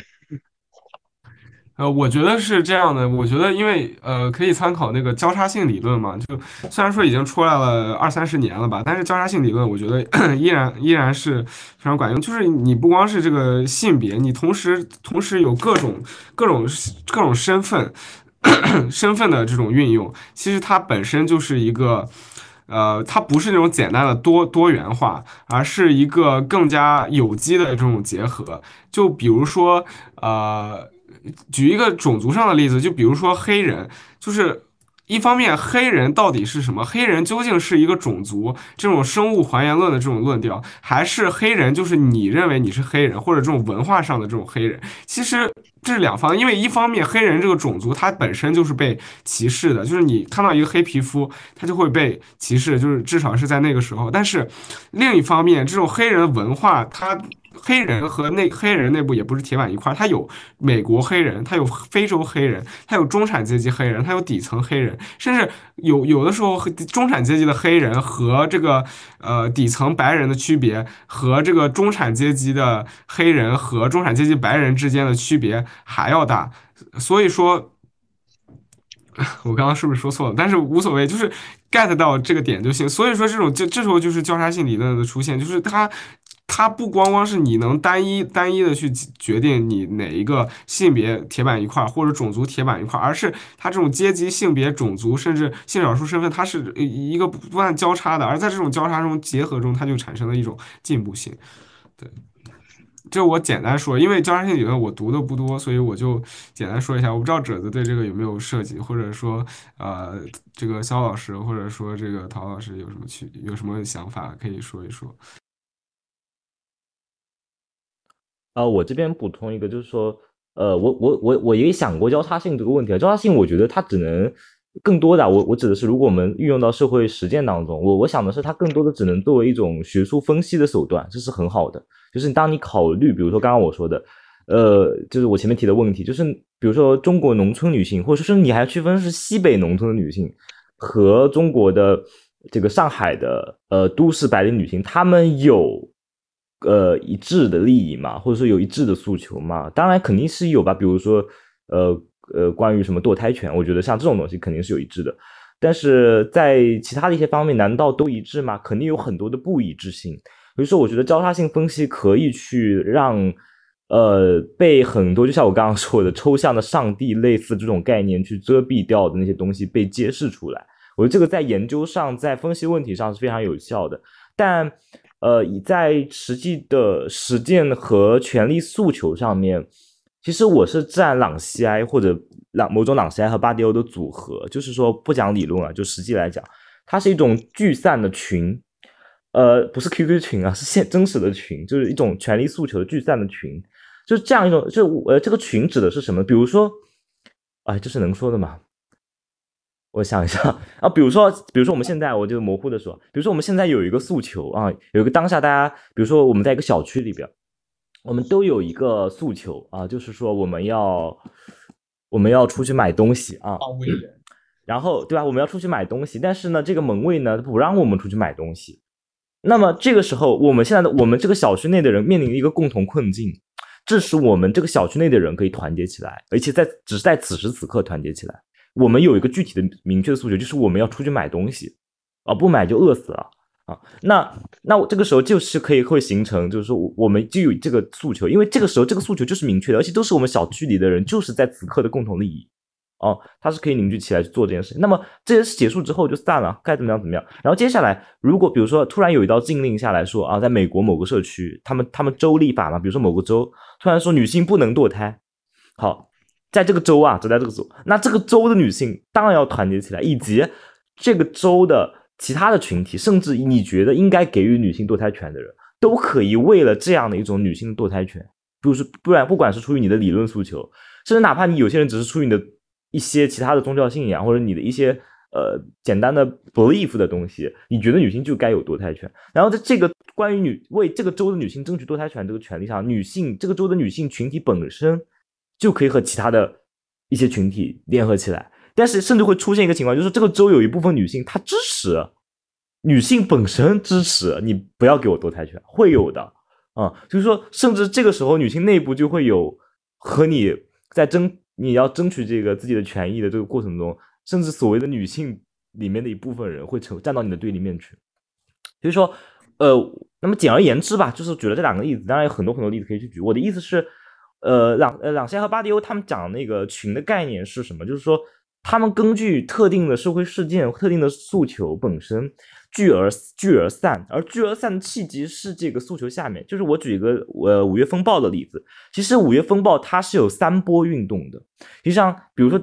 我觉得是这样的，我觉得因为可以参考那个交叉性理论嘛，就虽然说已经出来了20-30年了吧，但是交叉性理论我觉得依然是非常管用。就是你不光是这个性别，你同时有各种身份的这种运用，其实它本身就是一个。它不是那种简单的多元化，而是一个更加有机的这种结合。就比如说，举一个种族上的例子，就比如说黑人，就是一方面，黑人到底是什么？黑人究竟是一个种族这种生物还原论的这种论调，还是黑人就是你认为你是黑人，或者这种文化上的这种黑人？其实这是两方，因为一方面黑人这个种族它本身就是被歧视的，就是你看到一个黑皮肤，他就会被歧视，就是至少是在那个时候。但是另一方面，这种黑人文化，它黑人和黑人内部也不是铁板一块，它有美国黑人，它有非洲黑人，它有中产阶级黑人，它有底层黑人，甚至有的时候中产阶级的黑人和这个底层白人的区别，和这个中产阶级的黑人和中产阶级白人之间的区别还要大。所以说，我刚刚是不是说错了？但是无所谓，就是 get 到这个点就行。所以说这时候就是交叉性理论的出现，就是它不光光是你能单一的去决定你哪一个性别铁板一块儿或者种族铁板一块儿，而是它这种阶级、性别、种族甚至性少数身份，它是一个不断交叉的，而在这种交叉中结合中，它就产生了一种进步性。对。这我简单说，因为交叉性理论我读的不多，所以我就简单说一下。我不知道褶子对这个有没有涉及，或者说，呃，这个肖老师或者说这个陶老师有什么想法可以说一说。 我这边补充一个，就是说，我也想过交叉性这个问题啊。交叉性，我觉得它只能更多的，我指的是，如果我们运用到社会实践当中，我想的是，它更多的只能作为一种学术分析的手段，这是很好的。就是当你考虑，比如说刚刚我说的，就是我前面提的问题，就是比如说中国农村女性，或者说是你还区分是西北农村的女性和中国的这个上海的都市白领女性，她们有一致的利益嘛，或者说有一致的诉求嘛？当然肯定是有吧，比如说关于什么堕胎权，我觉得像这种东西肯定是有一致的。但是在其他的一些方面，难道都一致吗？肯定有很多的不一致性。比如说，我觉得交叉性分析可以去让被很多就像我刚刚说的抽象的上帝类似这种概念去遮蔽掉的那些东西被揭示出来。我觉得这个在研究上，在分析问题上是非常有效的。但在实际的实践和权利诉求上面，其实我是站朗西埃或者某种朗西埃和巴迪欧的组合，就是说不讲理论啊，就实际来讲，它是一种聚散的群，不是 QQ 群啊，是真实的群，就是一种权利诉求的聚散的群，就是这样一种，这个群指的是什么？比如说，哎，这是能说的吗？我想一下啊，比如说我们现在我就模糊的说，比如说我们现在有一个诉求啊，有一个当下大家，比如说我们在一个小区里边，我们都有一个诉求啊，就是说我们要出去买东西啊，然后对吧？我们要出去买东西，但是呢，这个门卫呢不让我们出去买东西。那么这个时候，我们这个小区内的人面临一个共同困境，致使我们这个小区内的人可以团结起来，而且只是在此时此刻团结起来。我们有一个具体的明确的诉求，就是我们要出去买东西啊，不买就饿死了啊。那我这个时候就是会形成，就是说我们就有这个诉求，因为这个时候这个诉求就是明确的，而且都是我们小区里的人，就是在此刻的共同利益。哦，它是可以凝聚起来去做这件事。那么这件事结束之后就散了，该怎么样怎么样。然后接下来，如果比如说突然有一道禁令下来说啊，在美国某个社区，他们州立法嘛，比如说某个州突然说女性不能堕胎，好，在这个州啊，只在这个州，那这个州的女性当然要团结起来，以及这个州的其他的群体，甚至你觉得应该给予女性堕胎权的人，都可以为了这样的一种女性的堕胎权，比如说不管是出于你的理论诉求，甚至哪怕你有些人只是出于你的一些其他的宗教信仰，或者你的一些简单的 belief 的东西，你觉得女性就该有堕胎权。然后在这个关于为这个州的女性争取堕胎权这个权利上，这个州的女性群体本身就可以和其他的一些群体联合起来。但是甚至会出现一个情况，就是这个州有一部分女性她支持，女性本身支持你不要给我堕胎权，会有的啊、就是说甚至这个时候女性内部就会有和你在你要争取这个自己的权益的这个过程中，甚至所谓的女性里面的一部分人会站到你的对立面去。所以说，那么简而言之吧，就是举了这两个例子，当然有很多很多例子可以去举。我的意思是，朗西埃和巴迪欧他们讲那个群的概念是什么？就是说，他们根据特定的社会事件、特定的诉求本身聚而散，而聚而散的契机是这个诉求下面。就是我举一个五月风暴的例子，其实五月风暴它是有3波运动的。实际上，比如说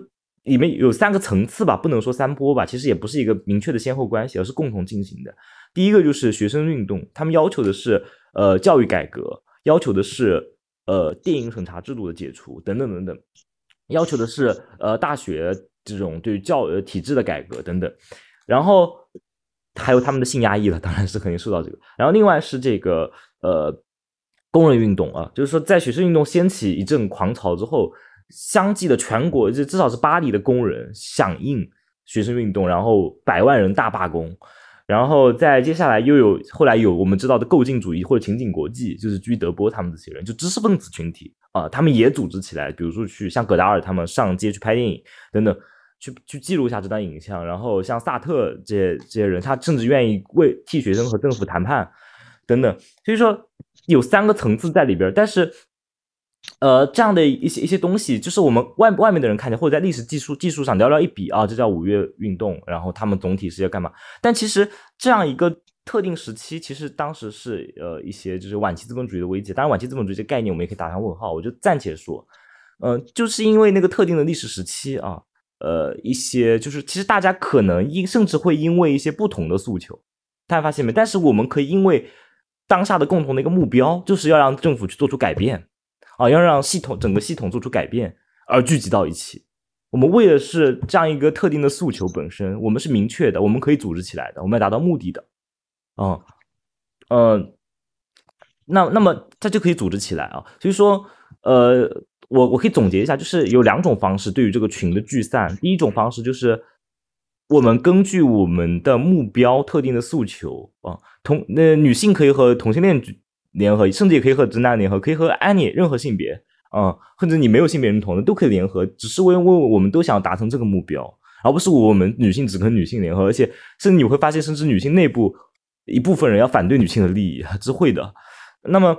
里面有3个层次吧，不能说3波吧，其实也不是一个明确的先后关系，而是共同进行的。第一个就是学生运动，他们要求的是教育改革，要求的是电影审查制度的解除等等等等，要求的是大学这种对体制的改革等等，然后还有他们的性压抑了，当然是肯定受到这个。然后另外是这个工人运动啊，就是说在学生运动掀起一阵狂潮之后，相继的全国至少是巴黎的工人响应学生运动，然后100万人大罢工。然后在接下来后来有我们知道的构进主义或者情景国际，就是居德波他们这些人，就知识分子群体啊、他们也组织起来，比如说去像葛达尔他们上街去拍电影等等，去记录一下这段影像。然后像萨特这些人，他甚至愿意替学生和政府谈判等等。所以说有3个层次在里边，但是这样的一些东西，就是我们外面的人看见，或者在历史技术上寥寥一笔啊，这叫5月运动，然后他们总体是要干嘛？但其实这样一个特定时期，其实当时是一些就是晚期资本主义的危机。当然，晚期资本主义这概念我们也可以打上问号，我就暂且说，就是因为那个特定的历史时期啊，一些就是其实大家可能甚至会因为一些不同的诉求，大家发现没？但是我们可以因为当下的共同的一个目标，就是要让政府去做出改变。要让整个系统做出改变而聚集到一起。我们为的是这样一个特定的诉求本身，我们是明确的，我们可以组织起来的，我们要达到目的的。那么它就可以组织起来啊。所以说，我可以总结一下，就是有2种方式对于这个群的聚散。第一种方式就是我们根据我们的目标特定的诉求啊，女性可以和同性恋联合，甚至也可以和直男联合，可以和任何性别或者你没有性别认同的都可以联合，只是因为我们都想达成这个目标，而不是我们女性只跟女性联合。而且甚至你会发现，甚至女性内部一部分人要反对女性的利益，是会的。那么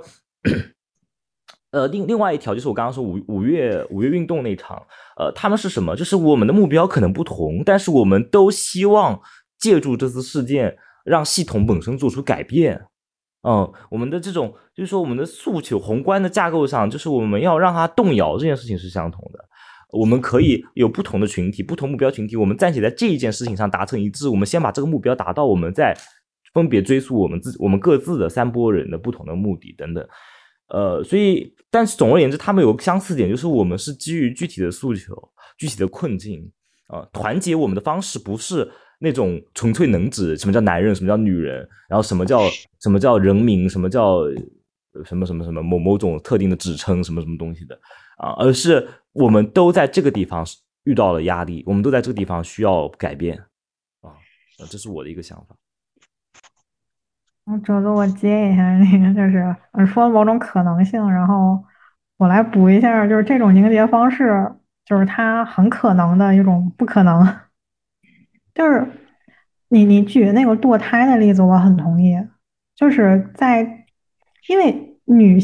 另外一条就是我刚刚说五月运动那场，他们是什么？就是我们的目标可能不同，但是我们都希望借助这次事件让系统本身做出改变。我们的这种就是说我们的诉求宏观的架构上，就是我们要让它动摇，这件事情是相同的。我们可以有不同的群体，不同目标群体，我们暂且在这一件事情上达成一致，我们先把这个目标达到，我们再分别追溯我们各自的3波人的不同的目的等等。所以但是总而言之，他们有个相似点，就是我们是基于具体的诉求、具体的困境团结我们的方式不是那种纯粹能指什么叫男人，什么叫女人，然后什么叫人民，什么叫什么什么什么某种特定的指称，什么什么东西的而是我们都在这个地方遇到了压力，我们都在这个地方需要改变这是我的一个想法。 哲子，我接一下那个，就是说某种可能性，然后我来补一下，就是这种凝结方式，就是它很可能的一种不可能。就是你举那个堕胎的例子，我很同意。就是因为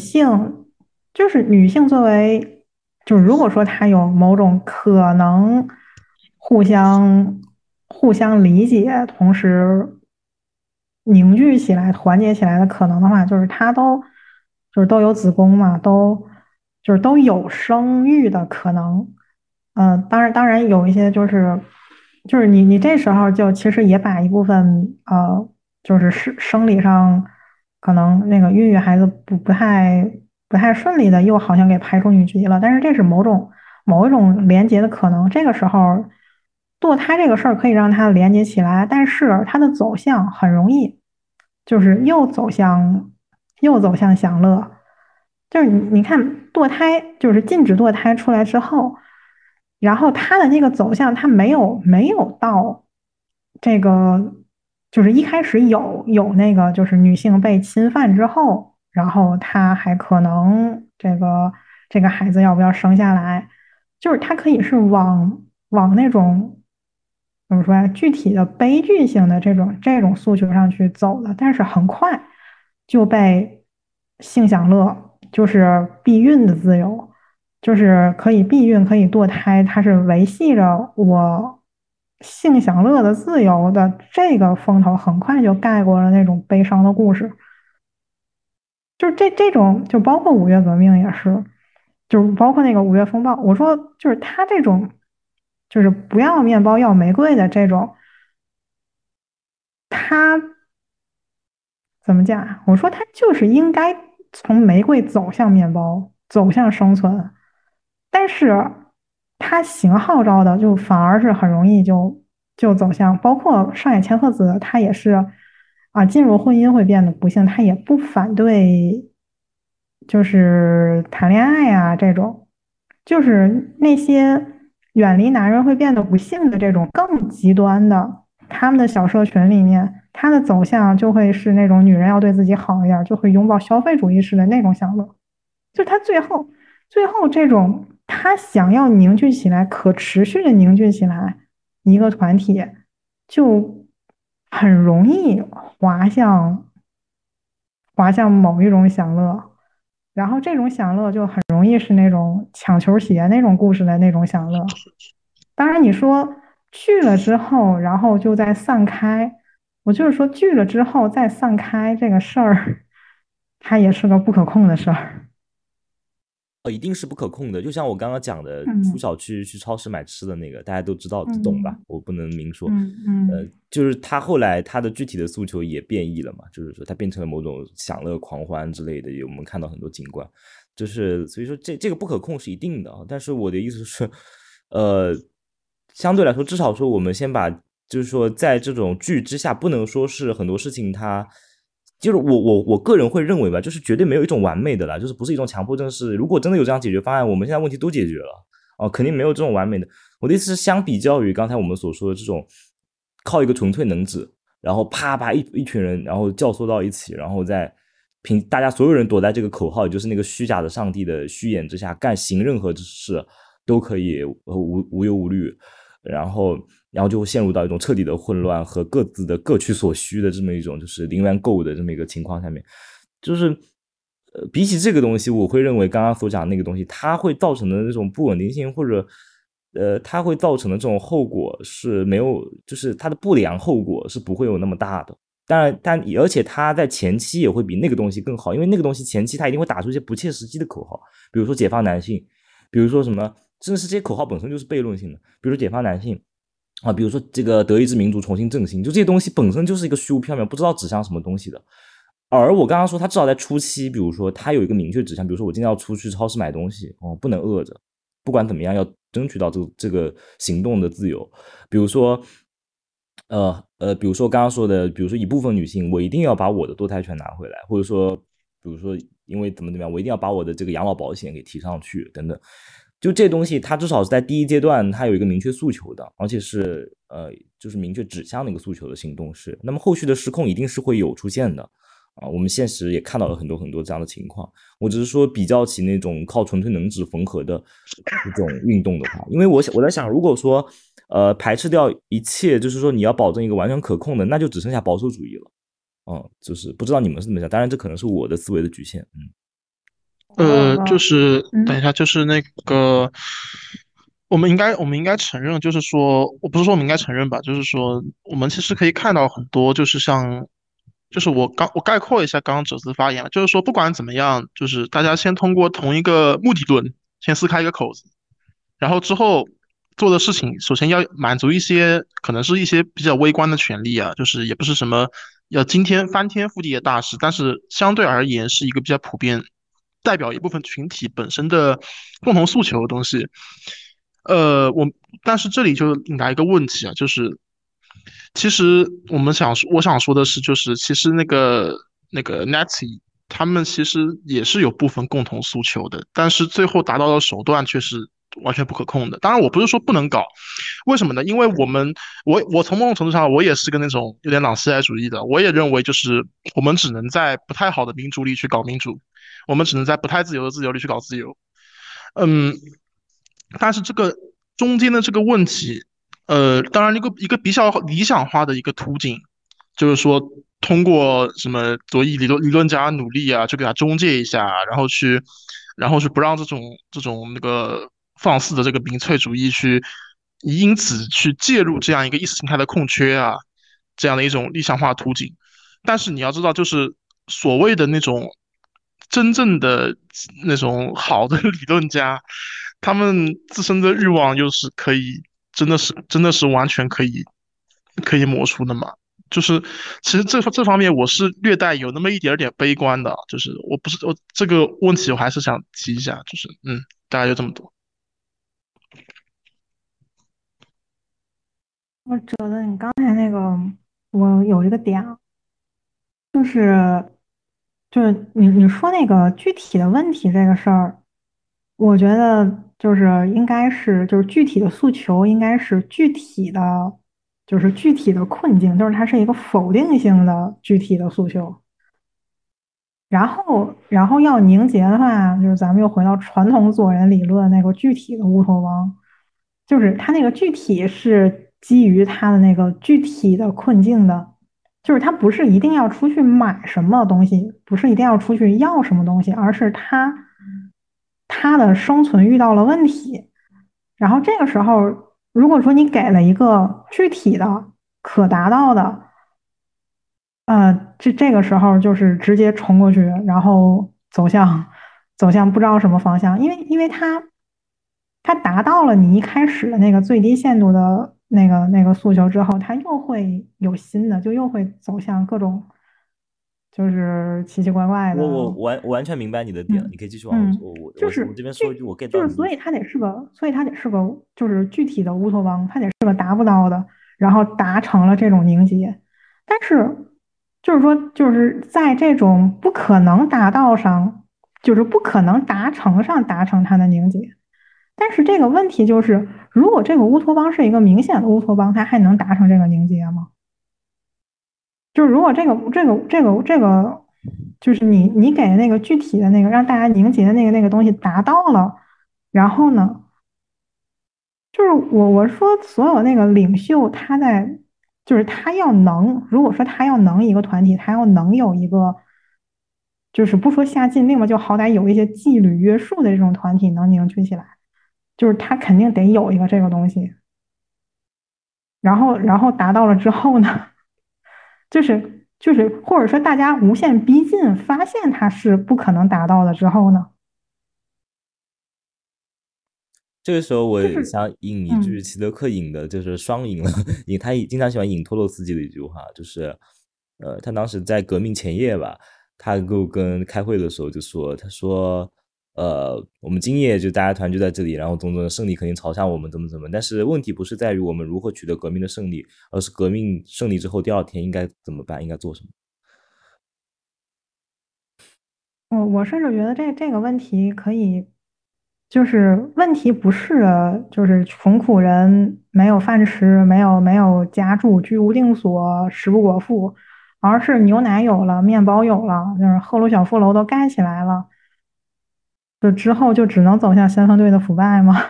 女性作为，就是如果说她有某种可能互相理解，同时凝聚起来、团结起来的可能的话，就是她都有子宫嘛，都有生育的可能。当然有一些就是你这时候就其实也把一部分就是生理上可能那个孕育孩子不太顺利的，又好像给排除女局了。但是这是某一种连接的可能。这个时候堕胎这个事儿可以让它连接起来，但是它的走向很容易就是又走向享乐。就是你看堕胎，就是禁止堕胎出来之后，然后他的那个走向，他没有到这个，就是一开始有那个，就是女性被侵犯之后，然后他还可能这个孩子要不要生下来，就是他可以是往那种怎么说呀，具体的悲剧性的这种诉求上去走的，但是很快就被性享乐，就是避孕的自由。就是可以避孕，可以堕胎，它是维系着我性享乐的自由的这个风头，很快就盖过了那种悲伤的故事。就是这种，就包括五月革命也是，就是包括那个五月风暴。我说，就是他这种就是不要面包要玫瑰的这种，他怎么讲啊？我说他就是应该从玫瑰走向面包，走向生存，但是他行号召的就反而是很容易就走向，包括上野千鹤子，他也是啊，进入婚姻会变得不幸，他也不反对，就是谈恋爱呀、这种，就是那些远离男人会变得不幸的这种更极端的。他们的小社群里面，他的走向就会是那种女人要对自己好一点，就会拥抱消费主义式的那种享乐。就他最后这种他想要凝聚起来，可持续的凝聚起来一个团体，就很容易滑向某一种享乐，然后这种享乐就很容易是那种抢球鞋那种故事的那种享乐。当然，你说聚了之后，然后就再散开，我就是说聚了之后再散开这个事儿，它也是个不可控的事儿。 一定是不可控的。就像我刚刚讲的，出嗯小区去超市买吃的那个，大家都知道懂吧？ 嗯我不能明说。就是他后来他的具体的诉求也变异了嘛，就是说他变成了某种享乐狂欢之类的，我们看到很多景观，就是所以说这个不可控是一定的啊。但是我的意思是，相对来说，至少说我们先把，就是说在这种剧之下，不能说是很多事情它。就是我个人会认为吧，就是绝对没有一种完美的啦，就是不是一种强迫症，是如果真的有这样解决方案，我们现在问题都解决了哦，肯定没有这种完美的。我的意思是，相比较于刚才我们所说的这种靠一个纯粹能指，然后啪啪一群人，然后教唆到一起，然后再大家所有人躲在这个口号，也就是那个虚假的上帝的虚演之下行任何之事都可以无忧无虑，然后就会陷入到一种彻底的混乱和各自的各取所需的这么一种就是零元购的这么一个情况下面，就是比起这个东西，我会认为刚刚所讲的那个东西，它会造成的那种不稳定性或者它会造成的这种后果是没有，就是它的不良后果是不会有那么大的。当然，而且它在前期也会比那个东西更好，因为那个东西前期它一定会打出一些不切实际的口号，比如说解放男性，比如说什么，甚至是这些口号本身就是悖论性的，比如说解放男性啊，比如说这个德意志民族重新振兴，就这些东西本身就是一个虚无缥缈，不知道指向什么东西的。而我刚刚说，它至少在初期，比如说它有一个明确指向，比如说我今天要出去超市买东西，哦，不能饿着，不管怎么样要争取到这个行动的自由。比如说，比如说刚刚说的，比如说一部分女性，我一定要把我的堕胎权拿回来，或者说，比如说因为怎么样，我一定要把我的这个养老保险给提上去，等等。就这东西，它至少是在第一阶段，它有一个明确诉求的，而且是就是明确指向那个诉求的行动是。那么后续的失控一定是会有出现的啊，我们现实也看到了很多很多这样的情况。我只是说比较起那种靠纯粹能指缝合的这种运动的话，因为我在想，如果说排斥掉一切，就是说你要保证一个完全可控的，那就只剩下保守主义了。就是不知道你们是怎么想，当然这可能是我的思维的局限。 就是等一下，就是那个，我们应该承认，就是说，我不是说我们应该承认吧，就是说，我们其实可以看到很多，就是像，就是我概括一下刚刚哲思发言了，就是说，不管怎么样，就是大家先通过同一个目的论，先撕开一个口子，然后之后做的事情，首先要满足一些可能是一些比较微观的权利啊，就是也不是什么要今天翻天覆地的大事，但是相对而言是一个比较普遍，代表一部分群体本身的共同诉求的东西。但是这里就引来一个问题啊，就是其实我想说的是，就是其实那个 Nazi 他们其实也是有部分共同诉求的，但是最后达到的手段却是完全不可控的。当然，我不是说不能搞，为什么呢？因为我从某种程度上，我也是个那种有点朗西爱主义的，我也认为就是我们只能在不太好的民主里去搞民主，我们只能在不太自由的自由里去搞自由。嗯，但是这个中间的这个问题，当然一个比较理想化的一个途径，就是说通过什么左翼理论家努力啊，去给他中介一下，然后去不让这种那个放肆的这个民粹主义去，因此去介入这样一个意识形态的空缺啊，这样的一种理想化途径。但是你要知道，就是所谓的那种真正的那种好的理论家，他们自身的欲望又是可以真的是完全可以磨除的嘛？就是其实这方面我是略带有那么一点点悲观的，就是我不是我这个问题我还是想提一下，就是大概就这么多。 我觉得你刚才那个，我有一个点啊，就是你说那个具体的问题这个事儿，我觉得就是应该是就是具体的诉求应该是具体的，就是具体的困境，就是它是一个否定性的具体的诉求。然后要凝结的话，就是咱们又回到传统左人理论那个具体的乌托邦，就是它那个具体是基于它的那个具体的困境的，就是它不是一定要出去买什么东西，不是一定要出去要什么东西，而是它的生存遇到了问题，然后这个时候，如果说你给了一个具体的、可达到的。这个时候就是直接冲过去，然后走向不知道什么方向，因为它达到了你一开始的那个最低限度的那个诉求之后，它又会有新的，就又会走向各种就是奇奇怪怪的。 我完全明白你的点，你可以继续往后说。我这边说一句，我 get 到你。 所以它得是个就是具体的乌托邦，它得是个达不到的，然后达成了这种凝结，但是就是说就是在这种不可能达到上，就是不可能达成上达成它的凝结，但是这个问题就是，如果这个乌托邦是一个明显的乌托邦，它还能达成这个凝结吗？就是如果这个，就是你给那个具体的那个让大家凝结的那个东西达到了，然后呢，就是我说所有那个领袖他在，就是他要能，如果说他要能一个团体，他要能有一个，就是不说下禁令吧，就好歹有一些纪律约束的这种团体能凝聚起来，就是他肯定得有一个这个东西，然后达到了之后呢？就是，或者说大家无限逼近，发现它是不可能达到的之后呢， 这个时候我也想引一句齐泽克引的，就是双引了，他经常喜欢引托洛茨基的一句话，就是他当时在革命前夜吧，他跟开会的时候就说，他说我们今夜就大家团聚在这里，然后种种的胜利肯定朝向我们怎么，但是问题不是在于我们如何取得革命的胜利，而是革命胜利之后第二天应该怎么办，应该做什么。 我甚至觉得这个问题可以，就是问题不是就是穷苦人没有饭吃，没有家住，居无定所，食不果腹，而是牛奶有了，面包有了，就是赫鲁晓夫楼都盖起来了，就之后就只能走向先锋队的腐败吗？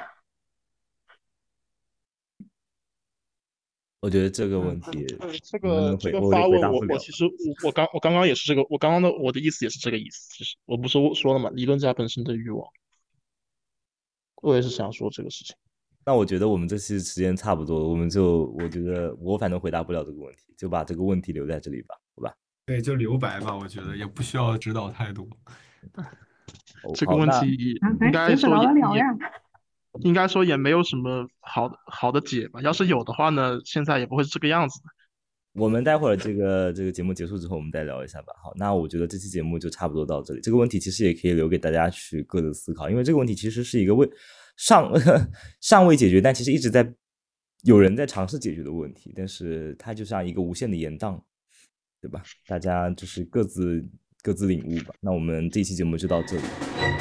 我觉得这个问题， 这个发问，我其实我刚刚也是这个，我的意思也是这个意思。其实我不是说了嘛，理论家本身的欲望，我也是想说这个事情。 那我觉得我们这期时间差不多了，我觉得我反正回答不了这个问题，就把这个问题留在这里吧，好吧？ 对，就留白吧，我觉得也不需要指导太多。 这个问题应该说应该说也没有什么好的解吧。要是有的话呢，现在也不会是这个样子的。 我们待会儿这个节目结束之后，我们再聊一下吧。好，那我觉得这期节目就差不多到这里。这个问题其实也可以留给大家去各自思考，因为这个问题其实是一个尚未解决，但其实一直在有人在尝试解决的问题，但是它就像一个无限的延宕，对吧？大家就是各自领悟吧。那我们这期节目就到这里。